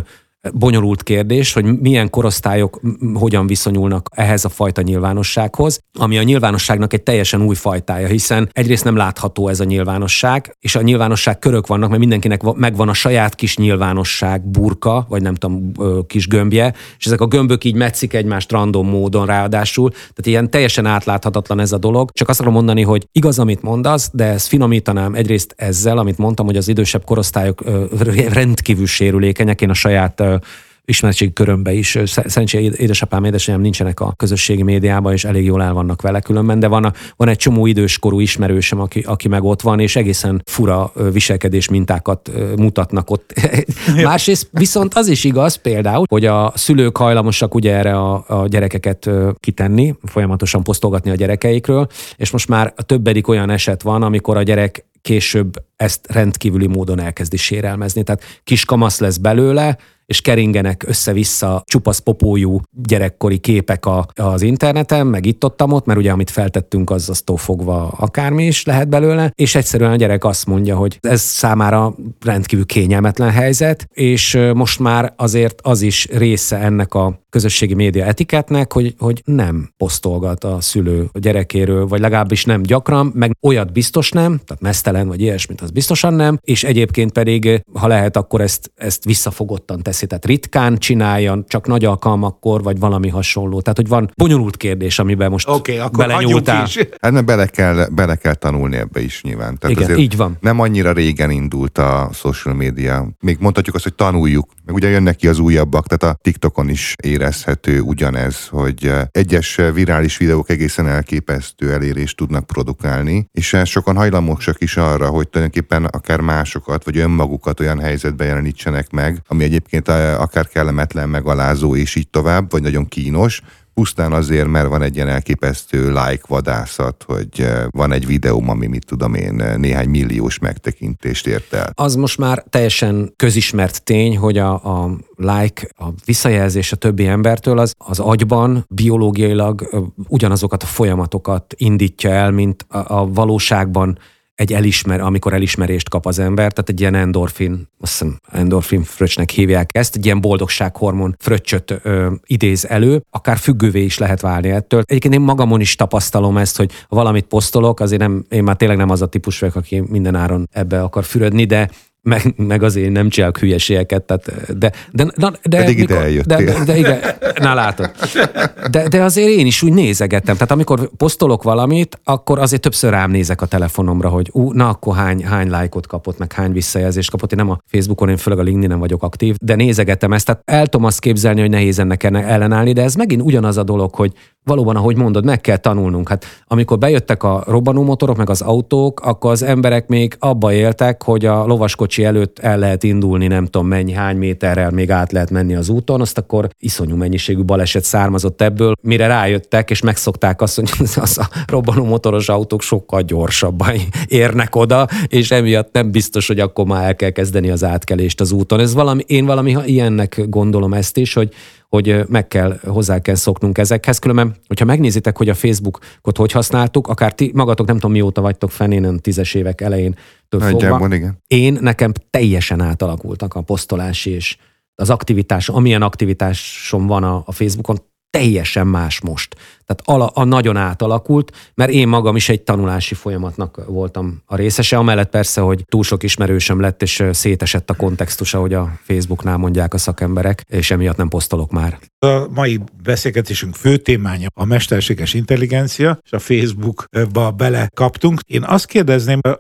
bonyolult kérdés, hogy milyen korosztályok hogyan viszonyulnak ehhez a fajta nyilvánossághoz, ami a nyilvánosságnak egy teljesen új fajtája, hiszen egyrészt nem látható ez a nyilvánosság, és a nyilvánosság körök vannak, mert mindenkinek megvan a saját kis nyilvánosság burka, vagy nem tudom, kis gömbje, és ezek a gömbök így metszik egymást random módon ráadásul, tehát ilyen teljesen átláthatatlan ez a dolog. Csak azt akarom mondani, hogy igaz, amit mondasz, de ezt finomítanám egyrészt ezzel, amit mondtam, hogy az idősebb korosztályok rendkívül sérülékenyek, én a saját ismertségi körömbe is. Szerencsére édesapám, édesanyám nincsenek a közösségi médiában, és elég jól el vannak vele különben, de van, a, van egy csomó időskorú ismerősöm, aki, aki meg ott van, és egészen fura viselkedés mintákat mutatnak ott. Másrészt viszont az is igaz például, hogy a szülők hajlamosak ugye erre a, a gyerekeket kitenni, folyamatosan posztolgatni a gyerekeikről, és most már a többedik olyan eset van, amikor a gyerek később ezt rendkívüli módon elkezdi sérelmezni. Tehát kis kamasz lesz belőle, és keringenek össze-vissza csupasz popójú gyerekkori képek a, az interneten, meg itt-ottam ott, mert ugye amit feltettünk, az aztól fogva akármi is lehet belőle, és egyszerűen a gyerek azt mondja, hogy ez számára rendkívül kényelmetlen helyzet, és most már azért az is része ennek a közösségi média etiketnek, hogy, hogy nem posztolgat a szülő a gyerekéről, vagy legalábbis nem gyakran, meg olyat biztos nem, tehát meztelen vagy ilyesmit, az biztosan nem, és egyébként pedig, ha lehet, akkor ezt, ezt visszafogottan teszi, tehát ritkán csináljon, csak nagy alkalmakkor, vagy valami hasonló. Tehát, hogy van bonyolult kérdés, amiben most okay, belenyúltál. Hát nem, bele kell, bele kell tanulni ebbe is nyilván. Tehát igen, így van. Nem annyira régen indult a social media. Még mondhatjuk azt, hogy tanuljuk, meg ugye jönnek ki az újabbak, tehát a TikTokon is érezhető ugyanez, hogy egyes virális videók egészen elképesztő elérést tudnak produkálni, és sokan hajlamosak is arra, hogy tulajdonképpen akár másokat, vagy önmagukat olyan helyzetben jelenítsenek meg, ami egyébként akár kellemetlen, megalázó, és így tovább, vagy nagyon kínos, pusztán azért, mert van egy ilyen elképesztő like vadászat, hogy van egy videóm, ami mit tudom én, néhány milliós megtekintést ért el. Az most már teljesen közismert tény, hogy a, a like, a visszajelzés a többi embertől az, az agyban biológiailag ugyanazokat a folyamatokat indítja el, mint a, a valóságban egy elismer, amikor elismerést kap az ember, tehát egy ilyen endorfin, azt hiszem endorfin fröccsnek hívják ezt, egy ilyen boldogsághormon fröccsöt ö, idéz elő, akár függővé is lehet válni ettől. Egyébként én magamon is tapasztalom ezt, hogy valamit posztolok, azért nem, én már tényleg nem az a típus vagyok, aki minden áron ebbe akar fürödni, de meg, meg azért nem csinálok hülyeségeket, tehát, de, de, de, de, Pedig mikor, ide eljöttél. De, de, de igen, na látod. De, de azért én is úgy nézegettem, tehát amikor posztolok valamit, akkor azért többször rám nézek a telefonomra, hogy ú, na akkor hány, hány lájkot kapott, meg hány visszajelzést kapott. Én nem a Facebookon, én főleg a LinkedIn-en vagyok aktív, de nézegettem ezt, tehát el tudom azt képzelni, hogy nehéz ennek ellenállni, de ez megint ugyanaz a dolog, hogy valóban, ahogy mondod, meg kell tanulnunk. Hát amikor bejöttek a robbanómotorok, meg az autók, akkor az emberek még abba éltek, hogy a lovaskocsi előtt el lehet indulni, nem tudom mennyi, hány méterrel még át lehet menni az úton, azt akkor iszonyú mennyiségű baleset származott ebből, mire rájöttek, és megszokták azt, hogy az a robbanómotoros autók sokkal gyorsabban érnek oda, és emiatt nem biztos, hogy akkor már el kell kezdeni az átkelést az úton. Ez valami, én valami ilyennek gondolom ezt is, hogy hogy meg kell, hozzá kell szoknunk ezekhez. Különben, hogyha megnézitek, hogy a Facebookot hogy használtuk, akár ti magatok nem tudom mióta vagytok fenn, én tízes évek elején több fogva. Igen. Én nekem teljesen átalakultak a posztolási és az aktivitás, amilyen aktivitásom van a, a Facebookon, teljesen más most. Tehát a, a nagyon átalakult, mert én magam is egy tanulási folyamatnak voltam a részese, amellett persze, hogy túl sok ismerősöm lett, és szétesett a kontextus, ahogy a Facebooknál mondják a szakemberek, és emiatt nem posztolok már. A mai beszélgetésünk fő témája a mesterséges intelligencia, és a Facebookba belekaptunk. Én azt kérdezném a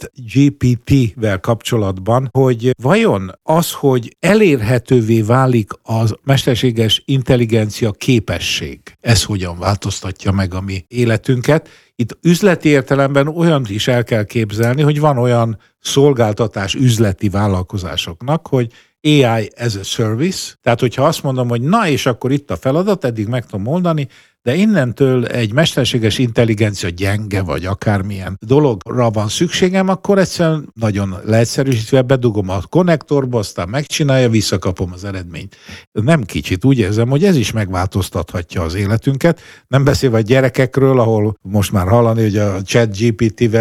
ChatGPT-vel kapcsolatban, hogy vajon az, hogy elérhetővé válik a mesterséges intelligencia képesség, ez hogyan változtatja meg a mi életünket. Itt üzleti értelemben olyan is el kell képzelni, hogy van olyan szolgáltatás üzleti vállalkozásoknak, hogy á i as a service, tehát hogyha azt mondom, hogy na és akkor itt a feladat, eddig meg tudom oldani, de innentől egy mesterséges intelligencia gyenge, vagy akármilyen dologra van szükségem, akkor egyszerűen nagyon leegyszerűsítve bedugom a konnektorba, aztán megcsinálja, visszakapom az eredményt. Nem kicsit, úgy érzem, hogy ez is megváltoztathatja az életünket. Nem beszélve a gyerekekről, ahol most már hallani, hogy a ChatGPT-vel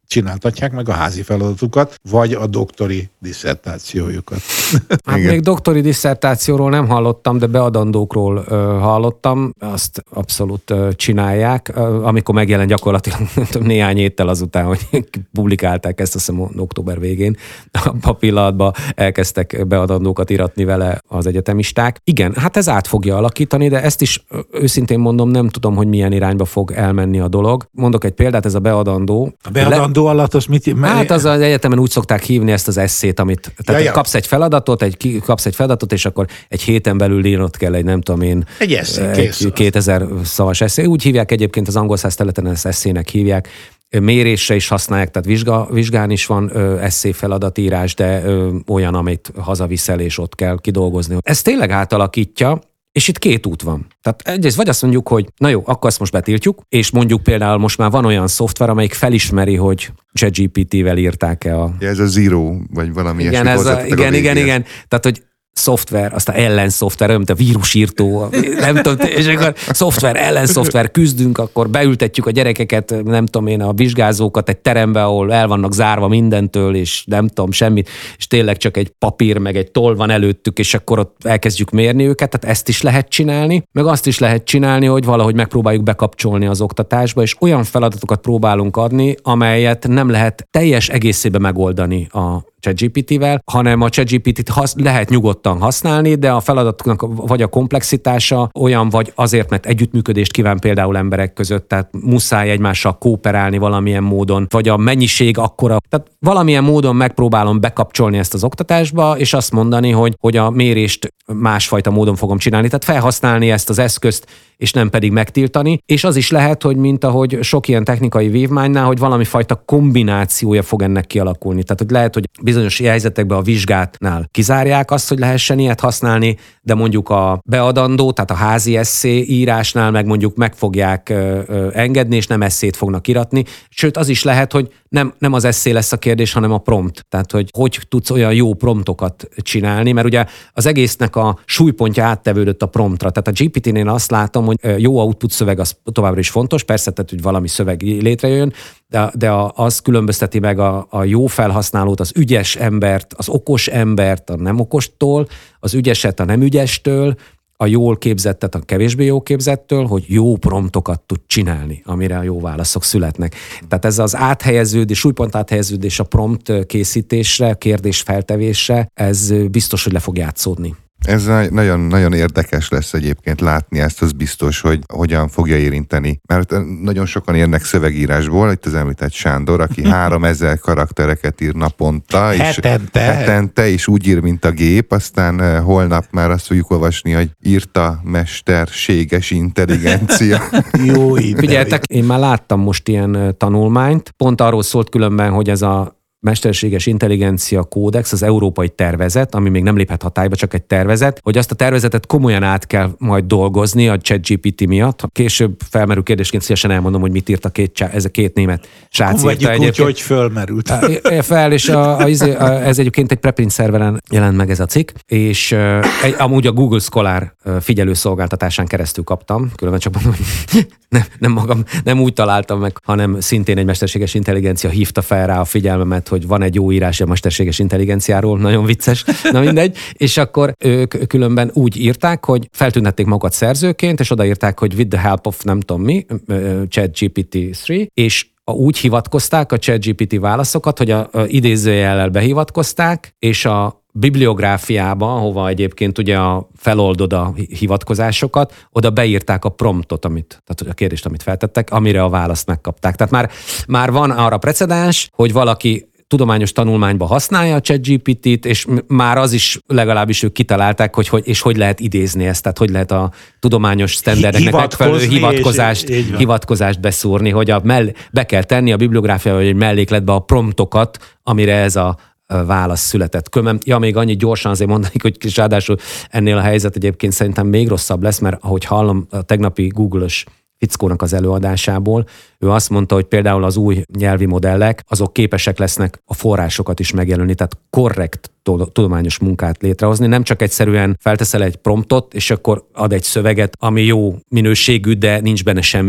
csináltatják meg a házi feladatukat, vagy a doktori disszertációjukat. Hát még doktori disszertációról nem hallottam, de beadandókról ö, hallottam, azt abszolút ö, csinálják, ö, amikor megjelent gyakorlatilag néhány héttel azután, hogy publikálták ezt, azt hiszem október végén, a pillanatban elkezdtek beadandókat iratni vele az egyetemisták. Igen, hát ez át fogja alakítani, de ezt is őszintén mondom, nem tudom, hogy milyen irányba fog elmenni a dolog. Mondok egy példát, ez a beadandó. A beadandó Le... alatt az mit... Hát az az egyetemen úgy szokták hívni ezt az esszét, amit... Tehát ja, ja. kapsz egy feladatot, egy, kapsz egy feladatot, és akkor egy héten belül írnod kell egy, nem tudom én... Egy eszé, kész. kétezer szavas eszé. Úgy hívják egyébként az angol száz területen, ezt eszének hívják. Mérésre is használják, tehát vizsga, vizsgán is van ö, esszé feladatírás, de ö, olyan, amit hazaviszel, és ott kell kidolgozni. Ez tényleg átalakítja, és itt két út van. Tehát egyrészt vagy azt mondjuk, hogy na jó, akkor ezt most betiltjuk, és mondjuk például most már van olyan szoftver, amelyik felismeri, hogy ChatGPT-vel írták-e a... Ja, ez a Zero, vagy valami igen, ez a, igen, a igen, igen. Tehát, hogy szoftver, aztán ellenszoftver, mint a vírusírtó, nem tudom, és akkor szoftver, ellenszoftver, küzdünk, akkor beültetjük a gyerekeket, nem tudom én, a vizsgázókat egy terembe, ahol el vannak zárva mindentől, és nem tudom, semmit, és tényleg csak egy papír, meg egy toll van előttük, és akkor ott elkezdjük mérni őket, tehát ezt is lehet csinálni, meg azt is lehet csinálni, hogy valahogy megpróbáljuk bekapcsolni az oktatásba, és olyan feladatokat próbálunk adni, amelyet nem lehet teljes egészében megoldani a ChatGPT-vel, hanem a ChatGPT-t hasz, lehet nyugodtan használni, de a feladatoknak vagy a komplexitása olyan, vagy azért, mert együttműködést kíván például emberek között, tehát muszáj egymással kooperálni valamilyen módon, vagy a mennyiség akkora. Tehát valamilyen módon megpróbálom bekapcsolni ezt az oktatásba, és azt mondani, hogy, hogy a mérést másfajta módon fogom csinálni. Tehát felhasználni ezt az eszközt, és nem pedig megtiltani. És az is lehet, hogy mint ahogy sok ilyen technikai vívmánynál, hogy valami fajta kombinációja fog ennek kialakulni. Tehát hogy lehet, hogy bizonyos helyzetekben a vizsgátnál kizárják azt, hogy lehessen ilyet használni, de mondjuk a beadandó, tehát a házi esszé írásnál meg mondjuk meg fogják ö, ö, engedni, és nem esszét fognak iratni. Sőt, az is lehet, hogy nem, nem az esszé lesz a kérdés, hanem a prompt. Tehát, hogy hogy tudsz olyan jó promptokat csinálni, mert ugye az egésznek a súlypontja áttevődött a promptra. Tehát a gé pé té-nél azt látom, hogy jó output szöveg az továbbra is fontos, persze, tehát, hogy valami szöveg létrejön, de, de a, az különbözteti meg a, a jó felhasználót, az ügyes embert, az okos embert a nem okostól, az ügyeset a nem ügyestől, a jól képzettet a kevésbé jó képzettől, hogy jó promptokat tud csinálni, amire a jó válaszok születnek. Tehát ez az áthelyeződés, súlypont áthelyeződés a prompt készítésre, kérdés feltevésre, ez biztos, hogy le fog játszódni. Ez nagyon, nagyon érdekes lesz egyébként látni ezt, az biztos, hogy hogyan fogja érinteni. Mert nagyon sokan érnek szövegírásból, itt az említett Sándor, aki háromezer karaktereket ír naponta, és hetente. hetente, és úgy ír, mint a gép, aztán holnap már azt fogjuk olvasni, hogy írta mesterséges intelligencia. Jó idő. Figyeljetek, én már láttam most ilyen tanulmányt, pont arról szólt különben, hogy ez a mesterséges intelligencia kódex, az európai tervezet, ami még nem léphet hatályba, csak egy tervezet, hogy azt a tervezetet komolyan át kell majd dolgozni a ChatGPT miatt. Később felmerül kérdésként szívesen elmondom, hogy mit írt a két, ez a két német srác írta egyébként. Úgy, hogy fölmerült. Fel, és a, a, a, ez egyébként egy preprint szerveren jelent meg ez a cikk, és egy, amúgy a Google Scholar figyelőszolgáltatásán keresztül kaptam, különben csak mondom, hogy nem, nem magam, nem úgy találtam meg, hanem szintén egy mesterséges intelligencia hívta fel rá a figyelmemet, hogy van egy jó írás a mesterséges intelligenciáról, nagyon vicces, na mindegy, és akkor ők különben úgy írták, hogy feltüntették magukat szerzőként, és odaírták, hogy with the help of nem tudom mi, ChatGPT három, és úgy hivatkozták a ChatGPT válaszokat, hogy a, a idézőjellel behivatkozták, és a bibliográfiába, ahova egyébként ugye a feloldod a hivatkozásokat, oda beírták a promptot, amit, tehát a kérdést, amit feltettek, amire a választ megkapták. Tehát már, már van arra precedens, hogy valaki tudományos tanulmányba használja a ChatGPT-t, és már az is legalábbis ők kitalálták, hogy, hogy és hogy lehet idézni ezt, tehát hogy lehet a tudományos sztenderdeknek megfelelő hivatkozást, hivatkozást beszúrni, hogy a mell- be kell tenni a bibliográfiába, vagy egy mellékletbe a promptokat, amire ez a válasz született. Kömem, ja, még annyit gyorsan azért mondanék, hogy és ráadásul ennél a helyzet egyébként szerintem még rosszabb lesz, mert ahogy hallom a tegnapi Google-ös fickónak az előadásából, ő azt mondta, hogy például az új nyelvi modellek, azok képesek lesznek a forrásokat is megjelölni, tehát korrekt tudományos munkát létrehozni, nem csak egyszerűen felteszel egy promptot, és akkor ad egy szöveget, ami jó minőségű, de nincs benne semmi,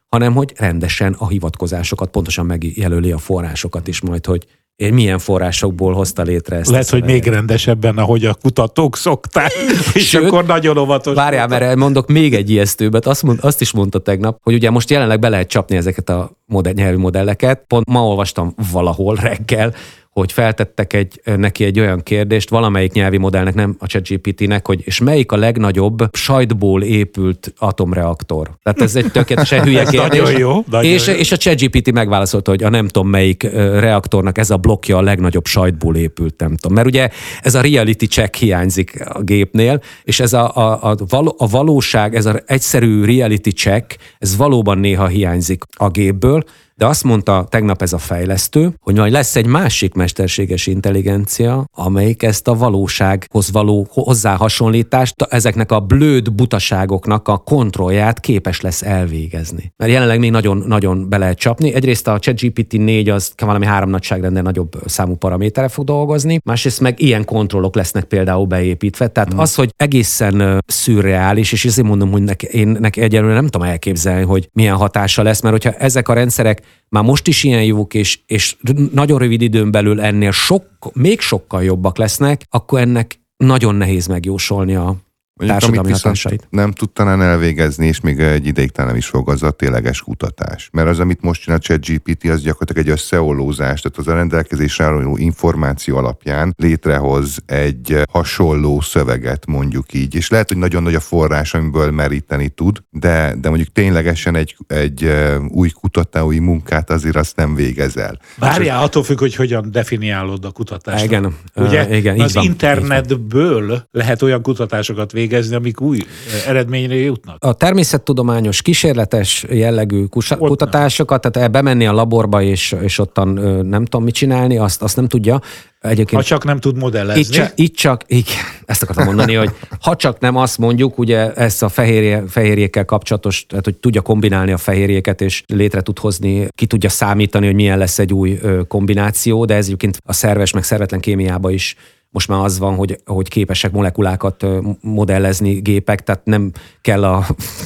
hanem hogy rendesen a hivatkozásokat, pontosan megjelöli a forrásokat is majd, hogy én milyen forrásokból hozta létre ezt. Lehet, hogy még rendesebben, ahogy a kutatók szokták, és Sőt, akkor nagyon óvatos. Várjál, mert mondok még egy ijesztőbet, azt, mond, azt is mondta tegnap, hogy ugye most jelenleg be lehet csapni ezeket a modell, nyelvi modelleket. Pont ma olvastam valahol reggel, hogy feltettek egy, neki egy olyan kérdést, valamelyik nyelvi modellnek, nem a ChatGPT-nek, hogy és melyik a legnagyobb sajtból épült atomreaktor. Tehát ez egy tökéletesen hülye kérdés. Nagyon jó, nagyon és, jó. és a ChatGPT megválaszolta, hogy a nem tudom melyik reaktornak ez a blokkja a legnagyobb sajtból épült, nem tudom. Mert ugye ez a reality check hiányzik a gépnél, és ez a, a, a, való, a valóság, ez az egyszerű reality check, ez valóban néha hiányzik a gépből. De azt mondta tegnap ez a fejlesztő, hogy majd lesz egy másik mesterséges intelligencia, amelyik ezt a valósághoz való hozzáhasonlítást, ezeknek a blőd butaságoknak a kontrollját képes lesz elvégezni. Mert jelenleg még nagyon-nagyon be lehet csapni. Egyrészt a ChatGPT négy az valami három nagyságrendel nagyobb számú paraméterre fog dolgozni, másrészt meg ilyen kontrollok lesznek például beépítve. Tehát hmm. az, hogy egészen szürreális, és ezért mondom, hogy neki, én neki egyelőre nem tudom elképzelni, hogy milyen hatása lesz, mert hogyha ezek a rendszerek már most is ilyen jók, és, és nagyon rövid időn belül ennél sok, még sokkal jobbak lesznek, akkor ennek nagyon nehéz megjósolni a Mondjuk, társadalmi hatásait. Nem tud talán elvégezni, és még egy ideig talán nem is fog, az a tényleges kutatás. Mert az, amit most csinál a ChatGPT, az gyakorlatilag egy összeollózás, tehát az a rendelkezésre álló információ alapján létrehoz egy hasonló szöveget, mondjuk így. És lehet, hogy nagyon nagy a forrás, amiből meríteni tud, de, de mondjuk ténylegesen egy, egy új kutatói munkát azért azt nem végez el. Várjál, attól függ, hogy hogyan definiálod a kutatást. Igen, ugye? Uh, igen, az van, internetből lehet olyan kutatásokat végezni, amik új eredményre jutnak. A természettudományos kísérletes jellegű kutatásokat, tehát bemenni a laborba és, és ottan nem tudom mit csinálni, azt, azt nem tudja. Egyébként, ha csak nem tud modellezni. Itt csak, itt csak igen, ezt akartam mondani, hogy ha csak nem azt mondjuk, ugye ezt a fehérje, fehérjékkel kapcsolatos, tehát hogy tudja kombinálni a fehérjéket, és létre tud hozni, ki tudja számítani, hogy milyen lesz egy új kombináció, de ez egyébként a szerves meg szervetlen kémiában is most már az van, hogy, hogy képesek molekulákat modellezni gépek, tehát nem kell a,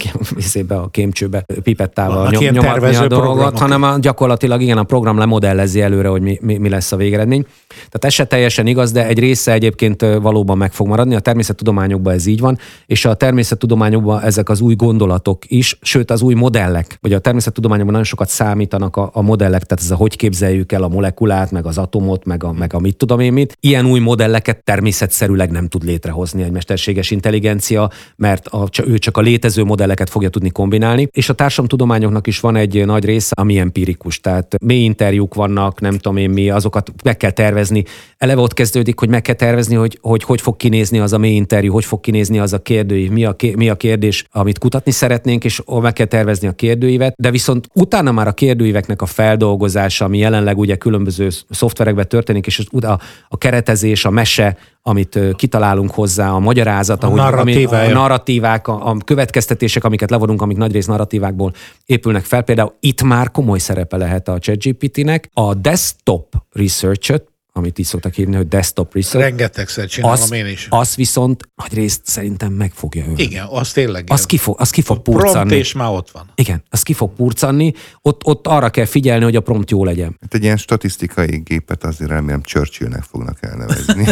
a kémcsőbe pipettával nyom, nyomatni a dolgot, hanem a, gyakorlatilag igen, a program lemodellezi előre, hogy mi, mi, mi lesz a végeredmény. Tehát ez se teljesen igaz, de egy része egyébként valóban meg fog maradni. A természettudományokban ez így van, és a természettudományokban ezek az új gondolatok is, sőt az új modellek, vagy a természettudományokban nagyon sokat számítanak a, a modellek, tehát ez a hogy képzeljük el a molekulát, meg az atomot, meg a, meg a mit tudom én mit. Ilyen új modelleket természetszerűleg nem tud létrehozni egy mesterséges intelligencia, mert a, ő csak a létező modelleket fogja tudni kombinálni, és a társadalomtudományoknak is van egy nagy része, ami empirikus, tehát mély interjúk vannak, nem tudom én mi, azokat meg kell tervezni. Eleve ott kezdődik, hogy meg kell tervezni, hogy hogy, hogy fog kinézni az a mély interjú, hogy fog kinézni az a kérdőív, mi a, mi a kérdés, amit kutatni szeretnénk, és meg kell tervezni a kérdőívet, de viszont utána már a kérdőíveknek a feldolgozása, ami jelenleg ugye különböző szoftverekben történik, és a, a keretezés, a mese, amit kitalálunk hozzá, a magyarázat, a, ahogy, ami, a narratívák, a, a következtetések, amiket levonunk, amik nagyrészt narratívákból épülnek fel. Például itt már komoly szerepe lehet a ChatGPT-nek. A desktop research-öt, amit így szoktak hívni, hogy desktop research. Rengetegszer csinálom az, én is. Az viszont nagyrészt szerintem meg fogja ölni. Igen, az tényleg. Az ki fog, az ki fog purcanni. Prompt és már ott van. Igen, az ki fog purcanni. Ott, ott arra kell figyelni, hogy a prompt jó legyen. Hát egy ilyen statisztikai gépet azért remélem Churchillnek fognak elnevezni.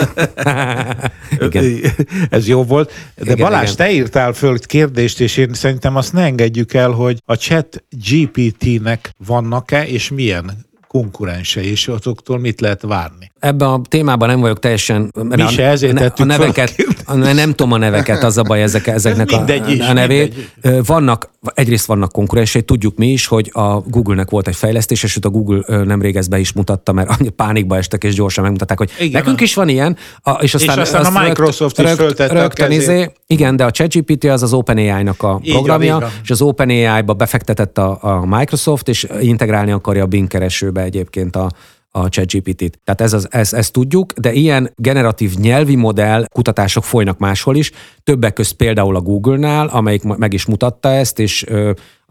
Igen. Ez jó volt. De igen, Balázs, igen. te írtál föl kérdést, és én szerintem azt ne engedjük el, hogy a ChatGPT-nek vannak-e, és milyen konkurensei, és azoktól mit lehet várni? Ebben a témában nem vagyok teljesen... Mi se ezért a, a neveket, a, nem tudom a neveket, az a baj ezek, ezeknek a, is, a nevét. Vannak, egyrészt vannak konkurensei, tudjuk mi is, hogy a Google-nek volt egy fejlesztés, és a Google nemrég ezt be is mutatta, mert annyi pánikba estek, és gyorsan megmutatták, hogy igen, nekünk is van ilyen. A, és aztán, és aztán a Microsoft rögt, is föltette rögtön a izé, igen, de a ChatGPT az az OpenAI-nak a így programja, van, és az OpenAI-ba befektetett a, a Microsoft, és integrálni akarja a Bing keresőbe egyébként a a ChatGPT-t. Tehát ez az, ez, ezt tudjuk, de ilyen generatív nyelvi modell kutatások folynak máshol is, többek közt például a Google-nál, amelyik meg is mutatta ezt, és ö,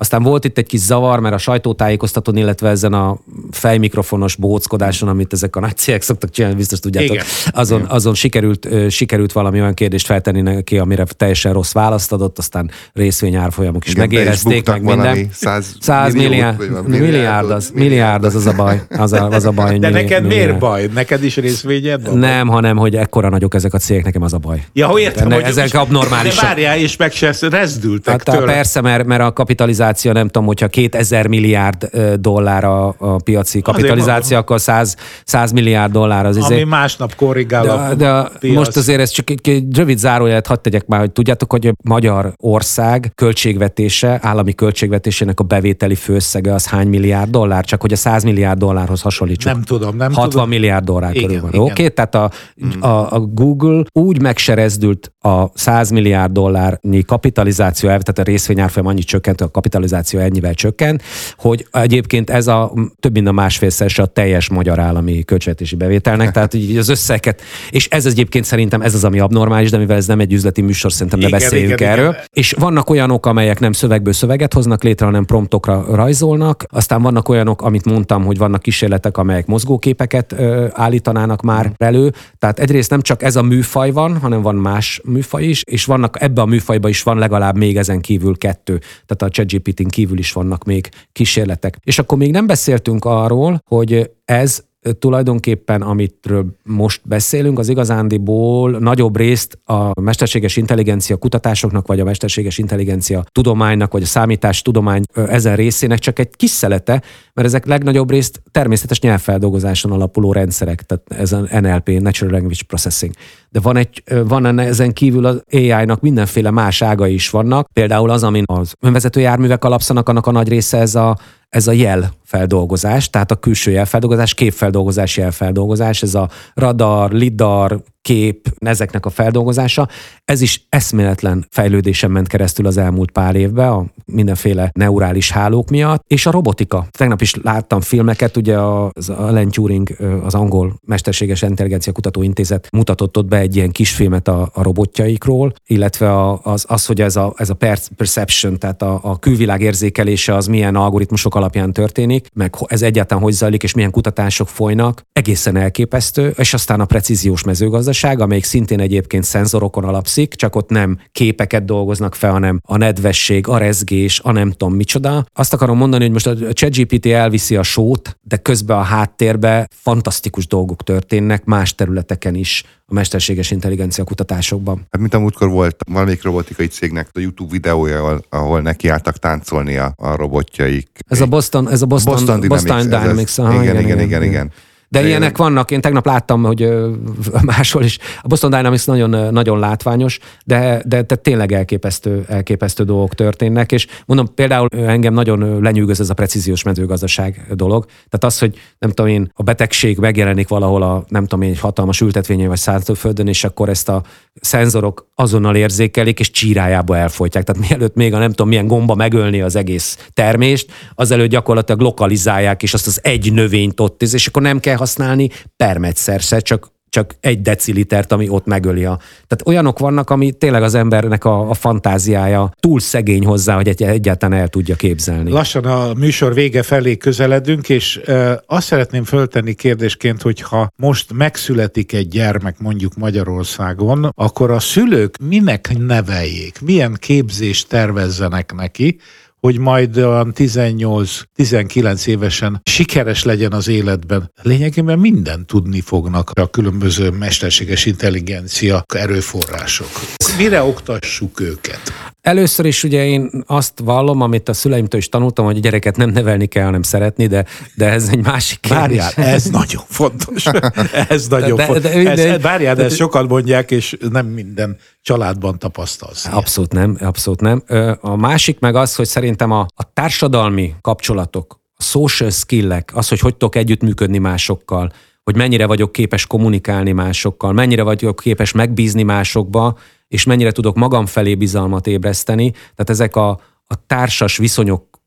Aztán volt itt egy kis zavar, mert a sajtótájékoztatón, illetve ezen a fejmikrofonos bóckodáson, amit ezek a nagy cégek szoktak csinálni, biztos tudjátok, igen. azon, azon sikerült, sikerült valami olyan kérdést feltenni neki, amire teljesen rossz választ adott, aztán részvényárfolyamok is igen, megérezték, meg minden. száz milliárd, milliárd, az, milliárd az az a baj. Az a, az a baj De milliárd, neked milliárd. miért baj? Neked is részvényed van? Nem, hanem, hogy ekkora nagyok ezek a cégek, nekem az a baj. Ja, hogy értem, ne, hogy ezek abnormálisak. De várjál, és meg se rezdültek hát, tőle. Persze, mert, mert a kapitalizáció, nem tudom, hogyha kétezer milliárd dollár a, a piaci kapitalizáció, akkor száz, száz milliárd dollár az izé. Ami másnap korrigál de, a de piac. Most azért ez csak egy, egy rövid zárójelet hadd tegyek már, hogy tudjátok, hogy a Magyarország költségvetése, állami költségvetésének a bevételi főösszege az hány milliárd dollár, csak hogy a száz milliárd dollárhoz hasonlítsuk. Nem tudom, nem hatvan tudom. milliárd dollár körül van. Oké, okay? Tehát a, mm. a, a Google úgy megserezdült a száz milliárd dollárnyi kapitalizáció, tehát a részvényárfolyam annyit csökkent, a kapitalizáció ennyivel csökkent, hogy egyébként ez a több mint a másfélszerese a teljes magyar állami költségvetési bevételnek, tehát így az összeget, és ez egyébként szerintem ez az, ami abnormális, de mivel ez nem egy üzleti műsor, szerintem ne igen, beszéljünk igen, erről. Igen. És vannak olyanok, amelyek nem szövegből szöveget hoznak létre, hanem promptokra rajzolnak, aztán vannak olyanok, amit mondtam, hogy vannak kísérletek, amelyek mozgóképeket ö, állítanának már mm. elő, tehát egyrészt nem csak ez a műfaj van, hanem van más műfaj is, és vannak ebbe a műfajba is van legalább még ezen kívül kettő, tehát a ChatGPT-n kívül is vannak még kísérletek. És akkor még nem beszéltünk arról, hogy ez tulajdonképpen, amitről most beszélünk, az igazándiból nagyobb részt a mesterséges intelligencia kutatásoknak, vagy a mesterséges intelligencia tudománynak, vagy a számítás tudomány ezen részének csak egy kis szelete, mert ezek legnagyobb részt természetes nyelvfeldolgozáson alapuló rendszerek, tehát ez az en el pé, Natural Language Processing. De van, egy, van ezen kívül az á í-nak mindenféle más ágai is vannak, például az, amin az önvezető járművek alapszanak, annak a nagy része ez a ez a jelfeldolgozás, tehát a külső jelfeldolgozás, képfeldolgozás, jelfeldolgozás, ez a radar, lidar, kép, ezeknek a feldolgozása. Ez is eszméletlen fejlődésen ment keresztül az elmúlt pár évben, a mindenféle neurális hálók miatt, és a robotika. Tegnap is láttam filmeket, ugye az Alan Turing, az angol mesterséges intelligencia kutatóintézet mutatott ott be egy ilyen kisfilmet a, a robotjaikról, illetve az, az hogy ez a, ez a perception, tehát a, a külvilág érzékelése az milyen algoritmusok alapján történik, meg ez egyáltalán hogy zajlik, és milyen kutatások folynak. Egészen elképesztő, és aztán a precíziós mezőgazdaság, amelyik szintén egyébként szenzorokon alapszik, csak ott nem képeket dolgoznak fel, hanem a nedvesség, a rezgés, a nem tudom micsoda. Azt akarom mondani, hogy most a ChatGPT elviszi a sót, de közben a háttérben fantasztikus dolgok történnek más területeken is a mesterséges intelligencia kutatásokban. Hát mint a múltkor volt valamelyik robotikai cégnek a YouTube videója, ahol, ahol nekiálltak táncolni a, a robotjaik. Ez a Boston, ez a Boston, Boston Dynamics. Boston Dynamics. Ez, igen, igen, igen, igen, igen, igen. De Én... ilyenek vannak, én tegnap láttam, hogy máshol is. A Boston Dynamics nagyon, nagyon látványos, de, de, de tényleg elképesztő, elképesztő dolgok történnek, és mondom, például engem nagyon lenyűgöz ez a precíziós mezőgazdaság dolog. Tehát az, hogy nem tudom én, a betegség megjelenik valahol a nem tudom én, egy hatalmas ültetvényen vagy szántóföldön, és akkor ezt a szenzorok azonnal érzékelik, és csírájába elfolytják. Tehát mielőtt még a nem tudom milyen gomba megölni az egész termést, azelőtt gyakorlatilag lokalizálják, és azt az egy növényt ott, és akkor nem kell használni permetszerse, csak, csak egy decilitert, ami ott megöli a... Tehát olyanok vannak, ami tényleg az embernek a, a fantáziája túl szegény hozzá, hogy egy, egyáltalán el tudja képzelni. Lassan a műsor vége felé közeledünk, és e, azt szeretném föltenni kérdésként, hogyha most megszületik egy gyermek mondjuk Magyarországon, akkor a szülők minek neveljék, milyen képzést tervezzenek neki, hogy majd olyan tizennyolc-tizenkilenc évesen sikeres legyen az életben. Lényegében mindent tudni fognak a különböző mesterséges intelligencia erőforrások. Mire oktassuk őket? Először is ugye én azt vallom, amit a szüleimtől is tanultam, hogy a gyereket nem nevelni kell, hanem szeretni, de, de ez egy másik kérdés. Várjál, ez nagyon fontos. Ez nagyon de, fontos. De, de, de, ez, várjál, de ezt sokan mondják, és nem minden családban tapasztalsz. Abszolút nem, abszolút nem. A másik meg az, hogy szerintem a, a társadalmi kapcsolatok, a social skillek, az, hogy hogy tudok együttműködni másokkal, hogy mennyire vagyok képes kommunikálni másokkal, mennyire vagyok képes megbízni másokba, és mennyire tudok magam felé bizalmat ébreszteni. Tehát ezek a, a társas viszonyok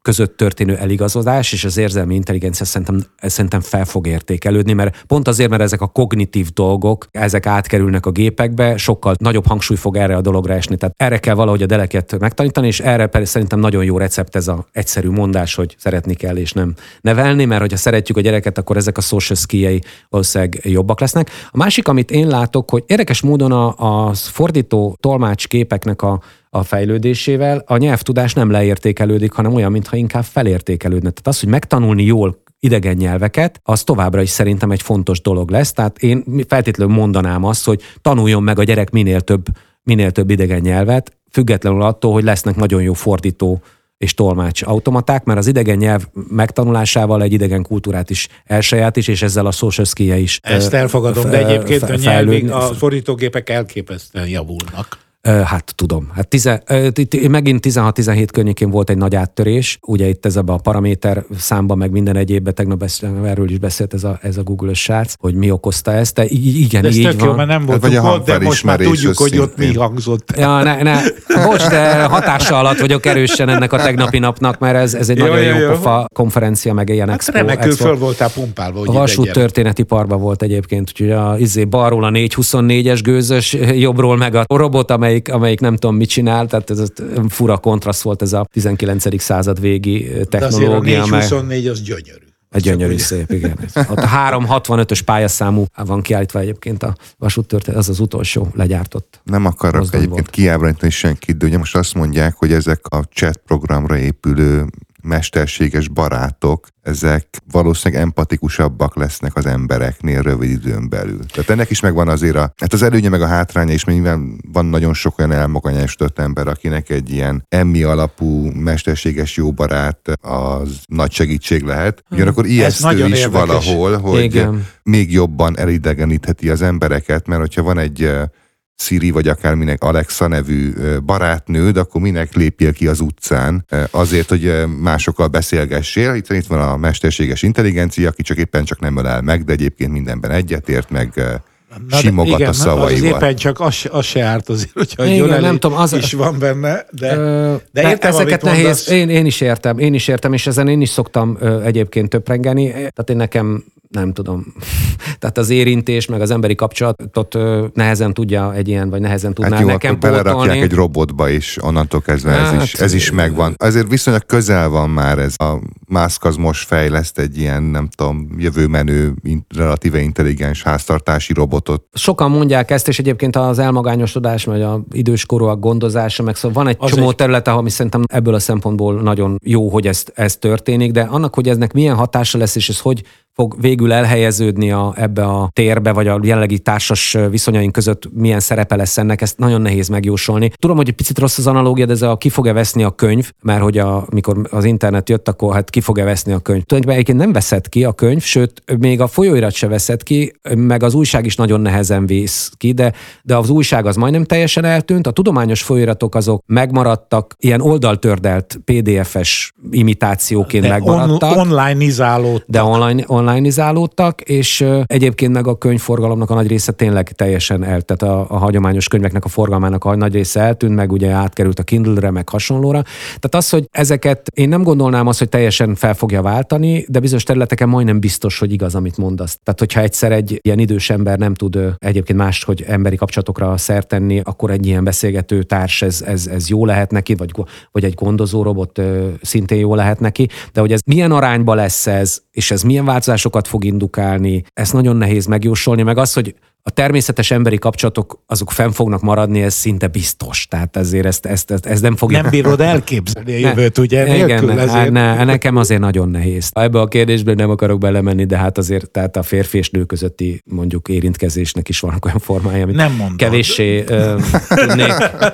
között történő eligazodás és az érzelmi intelligencia szerintem, szerintem fel fog értékelődni, mert pont azért, mert ezek a kognitív dolgok, ezek átkerülnek a gépekbe, sokkal nagyobb hangsúly fog erre a dologra esni. Tehát erre kell valahogy a deleket megtanítani, és erre pedig szerintem nagyon jó recept ez az egyszerű mondás, hogy szeretni kell és nem nevelni, mert hogyha szeretjük a gyereket, akkor ezek a social skiljei valószínűleg jobbak lesznek. A másik, amit én látok, hogy érdekes módon a, a fordító tolmács képeknek a a fejlődésével a nyelvtudás nem leértékelődik, hanem olyan, mintha inkább felértékelődne. Tehát az, hogy megtanulni jól idegen nyelveket, az továbbra is szerintem egy fontos dolog lesz. Tehát én feltétlenül mondanám azt, hogy tanuljon meg a gyerek minél több, minél több idegen nyelvet, függetlenül attól, hogy lesznek nagyon jó fordító és tolmács automaták, mert az idegen nyelv megtanulásával egy idegen kultúrát is elsajátít, és ezzel a social skill-je is. Ezt elfogadom, de egyébként a nyelvig a fordítógépek elképesztően javulnak. Hát tudom. Hát tize, megint tizenhat-tizenhét környékén volt egy nagy áttörés, ugye itt ez a paraméter számban, meg minden egyébben, tegnap erről is beszélt ez a, ez a Google-ös srác, hogy mi okozta ezt, de igen, de ez így tök van. Jó, mert nem voltunk hát, ott, de most már tudjuk, hogy ott mi hangzott. Ja, ne, ne. Bocs, de hatása alatt vagyok erősen ennek a tegnapi napnak, mert ez, ez egy jó, nagyon jó, jó pofa konferencia, meg ilyen hát expo. Remekül expo. Föl voltál pumpálva. A Vasút történeti parkban volt egyébként, úgyhogy a, izé, balról a négy huszonnégyes gőzös, jobbról meg a robot, amely Amelyik, amelyik nem tudom mit csinál, tehát ez fura kontraszt volt ez a tizenkilencedik század végi technológia. De azért a négy huszonnégy az gyönyörű. A gyönyörű szép, igen. Ott a háromszázhatvanötös pályaszámú van kiállítva egyébként a vasúttörténet, az az utolsó legyártott. Nem akarok egyébként volt. Kiábrándítani senkit, de ugye most azt mondják, hogy ezek a chat programra épülő mesterséges barátok, ezek valószínűleg empatikusabbak lesznek az embereknél rövid időn belül. Tehát ennek is megvan azért a, hát az előnye meg a hátránya is, mert nyilván van nagyon sok olyan elmagányosodott ember, akinek egy ilyen emmi alapú mesterséges jó barát az nagy segítség lehet. Ugyanakkor ijesztő is érdekes. Valahol, hogy igen. Még jobban elidegenítheti az embereket, mert hogyha van egy Siri vagy akárminek Alexa nevű barátnőd, akkor minek lépjél ki az utcán azért, hogy másokkal beszélgessél. Itt, itt van a mesterséges intelligencia, aki csak éppen csak nem ölel meg, de egyébként mindenben egyetért, meg na simogat igen, a szavaival. Az éppen csak az, az se árt azért, hogyha egy igen, nem tudom, az is van benne, de, ö, de értem, ezeket nehéz, én, én is értem, én is értem, és ezen én is szoktam ö, egyébként töprengeni. Tehát én nekem nem tudom. Tehát az érintés, meg az emberi kapcsolatot ö, nehezen tudja egy ilyen, vagy nehezen tudná hát jó, nekem pótolni. Belerakják egy robotba is, onnantól kezdve hát, ez, is, ez is megvan. Azért viszonylag közel van már ez. A Musk az most fejleszt egy ilyen, nem tudom, jövőmenő, relatíve intelligens háztartási robotot. Sokan mondják ezt, és egyébként az elmagányosodás, vagy az időskorúak gondozása, meg szóval van egy az csomó egy... terület, ahol mi szerintem ebből a szempontból nagyon jó, hogy ez, ez történik, de annak, hogy eznek milyen hatása lesz, és ez hogy fog végül elhelyeződni a, ebbe a térbe, vagy a jelenlegi társas viszonyaink között milyen szerepe lesz ennek, ezt nagyon nehéz megjósolni. Tudom, hogy egy picit rossz az analógia, de ez a ki fog-e veszni a könyv, mert hogy a, mikor az internet jött, akkor hát ki fog-e veszni a könyv. Tulajdonképpen egyébként nem veszed ki a könyv, sőt, még a folyóirat se veszed ki, meg az újság is nagyon nehezen vész ki, de, de az újság az majdnem teljesen eltűnt, a tudományos folyóiratok azok megmaradtak, ilyen oldaltördelt pé dé ef-es imitációként de megmaradtak. On, online-izálódtak. De online, online-izálódtak, és egyébként meg a könyvforgalomnak a nagy része tényleg teljesen eltűnt. Tehát a, a hagyományos könyveknek a forgalmának a nagy része eltűnt, meg ugye átkerült a Kindle-re, meg hasonlóra. Tehát az, hogy ezeket én nem gondolnám azt, hogy teljesen fel fogja váltani, de bizonyos területeken majdnem biztos, hogy igaz, amit mondasz. Tehát, hogyha egyszer egy ilyen idős ember nem tud egyébként más, hogy emberi kapcsolatokra szert tenni, akkor egy ilyen beszélgető társ, ez, ez, ez jó lehet neki, vagy, vagy egy gondozó robot szintén jó lehet neki, de hogy ez milyen arányba lesz ez, és ez milyen változásokat fog indukálni, ezt nagyon nehéz megjósolni, meg az, hogy a természetes emberi kapcsolatok azok fenn fognak maradni, ez szinte biztos. Tehát ezért ezt, ezt, ezt, ezt nem fogja... Nem bírod elképzelni a jövőt, ugye? Igen, ne, ezért... ne, nekem azért nagyon nehéz. Ebbe a kérdésbe nem akarok belemenni, de hát azért tehát a férfi és nő közötti mondjuk érintkezésnek is van olyan formája, amit nem mondod. Kevéssé uh, tudnék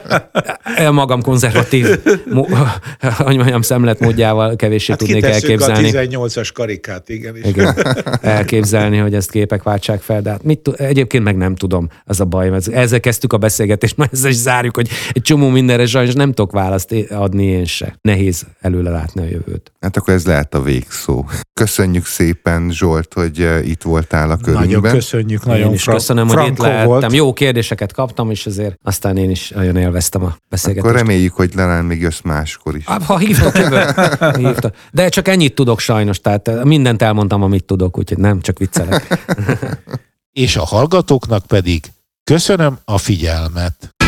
magam konzervatív hogy mondjam, szemletmódjával kevéssé hát tudnék elképzelni. A tizennyolcas karikát, igen. igen. Elképzelni, hogy ezt képek váltsák fel, de hát mit, egyébként én meg nem tudom, az a baj. Ezzel kezdtük a beszélgetést, majd ezzel is zárjuk, hogy egy csomó mindenre sajnos nem tudok választ adni én se. Nehéz előle látni a jövőt. Hát akkor ez lehet a végszó. Köszönjük szépen, Zsolt, hogy itt voltál a körünkben. Nagyon köszönjük, nagyon én is fra- köszönöm, hogy itt lehettem. volt. Jó kérdéseket kaptam, és azért aztán én is nagyon élveztem a beszélgetést. Akkor reméljük, hogy talán még jössz máskor is. Ha hívtok, jövök. Hívtok. De csak ennyit tudok sajnos, tehát mindent elmondtam, amit tudok, úgyhogy nem, csak viccelek. És a hallgatóknak pedig köszönöm a figyelmet.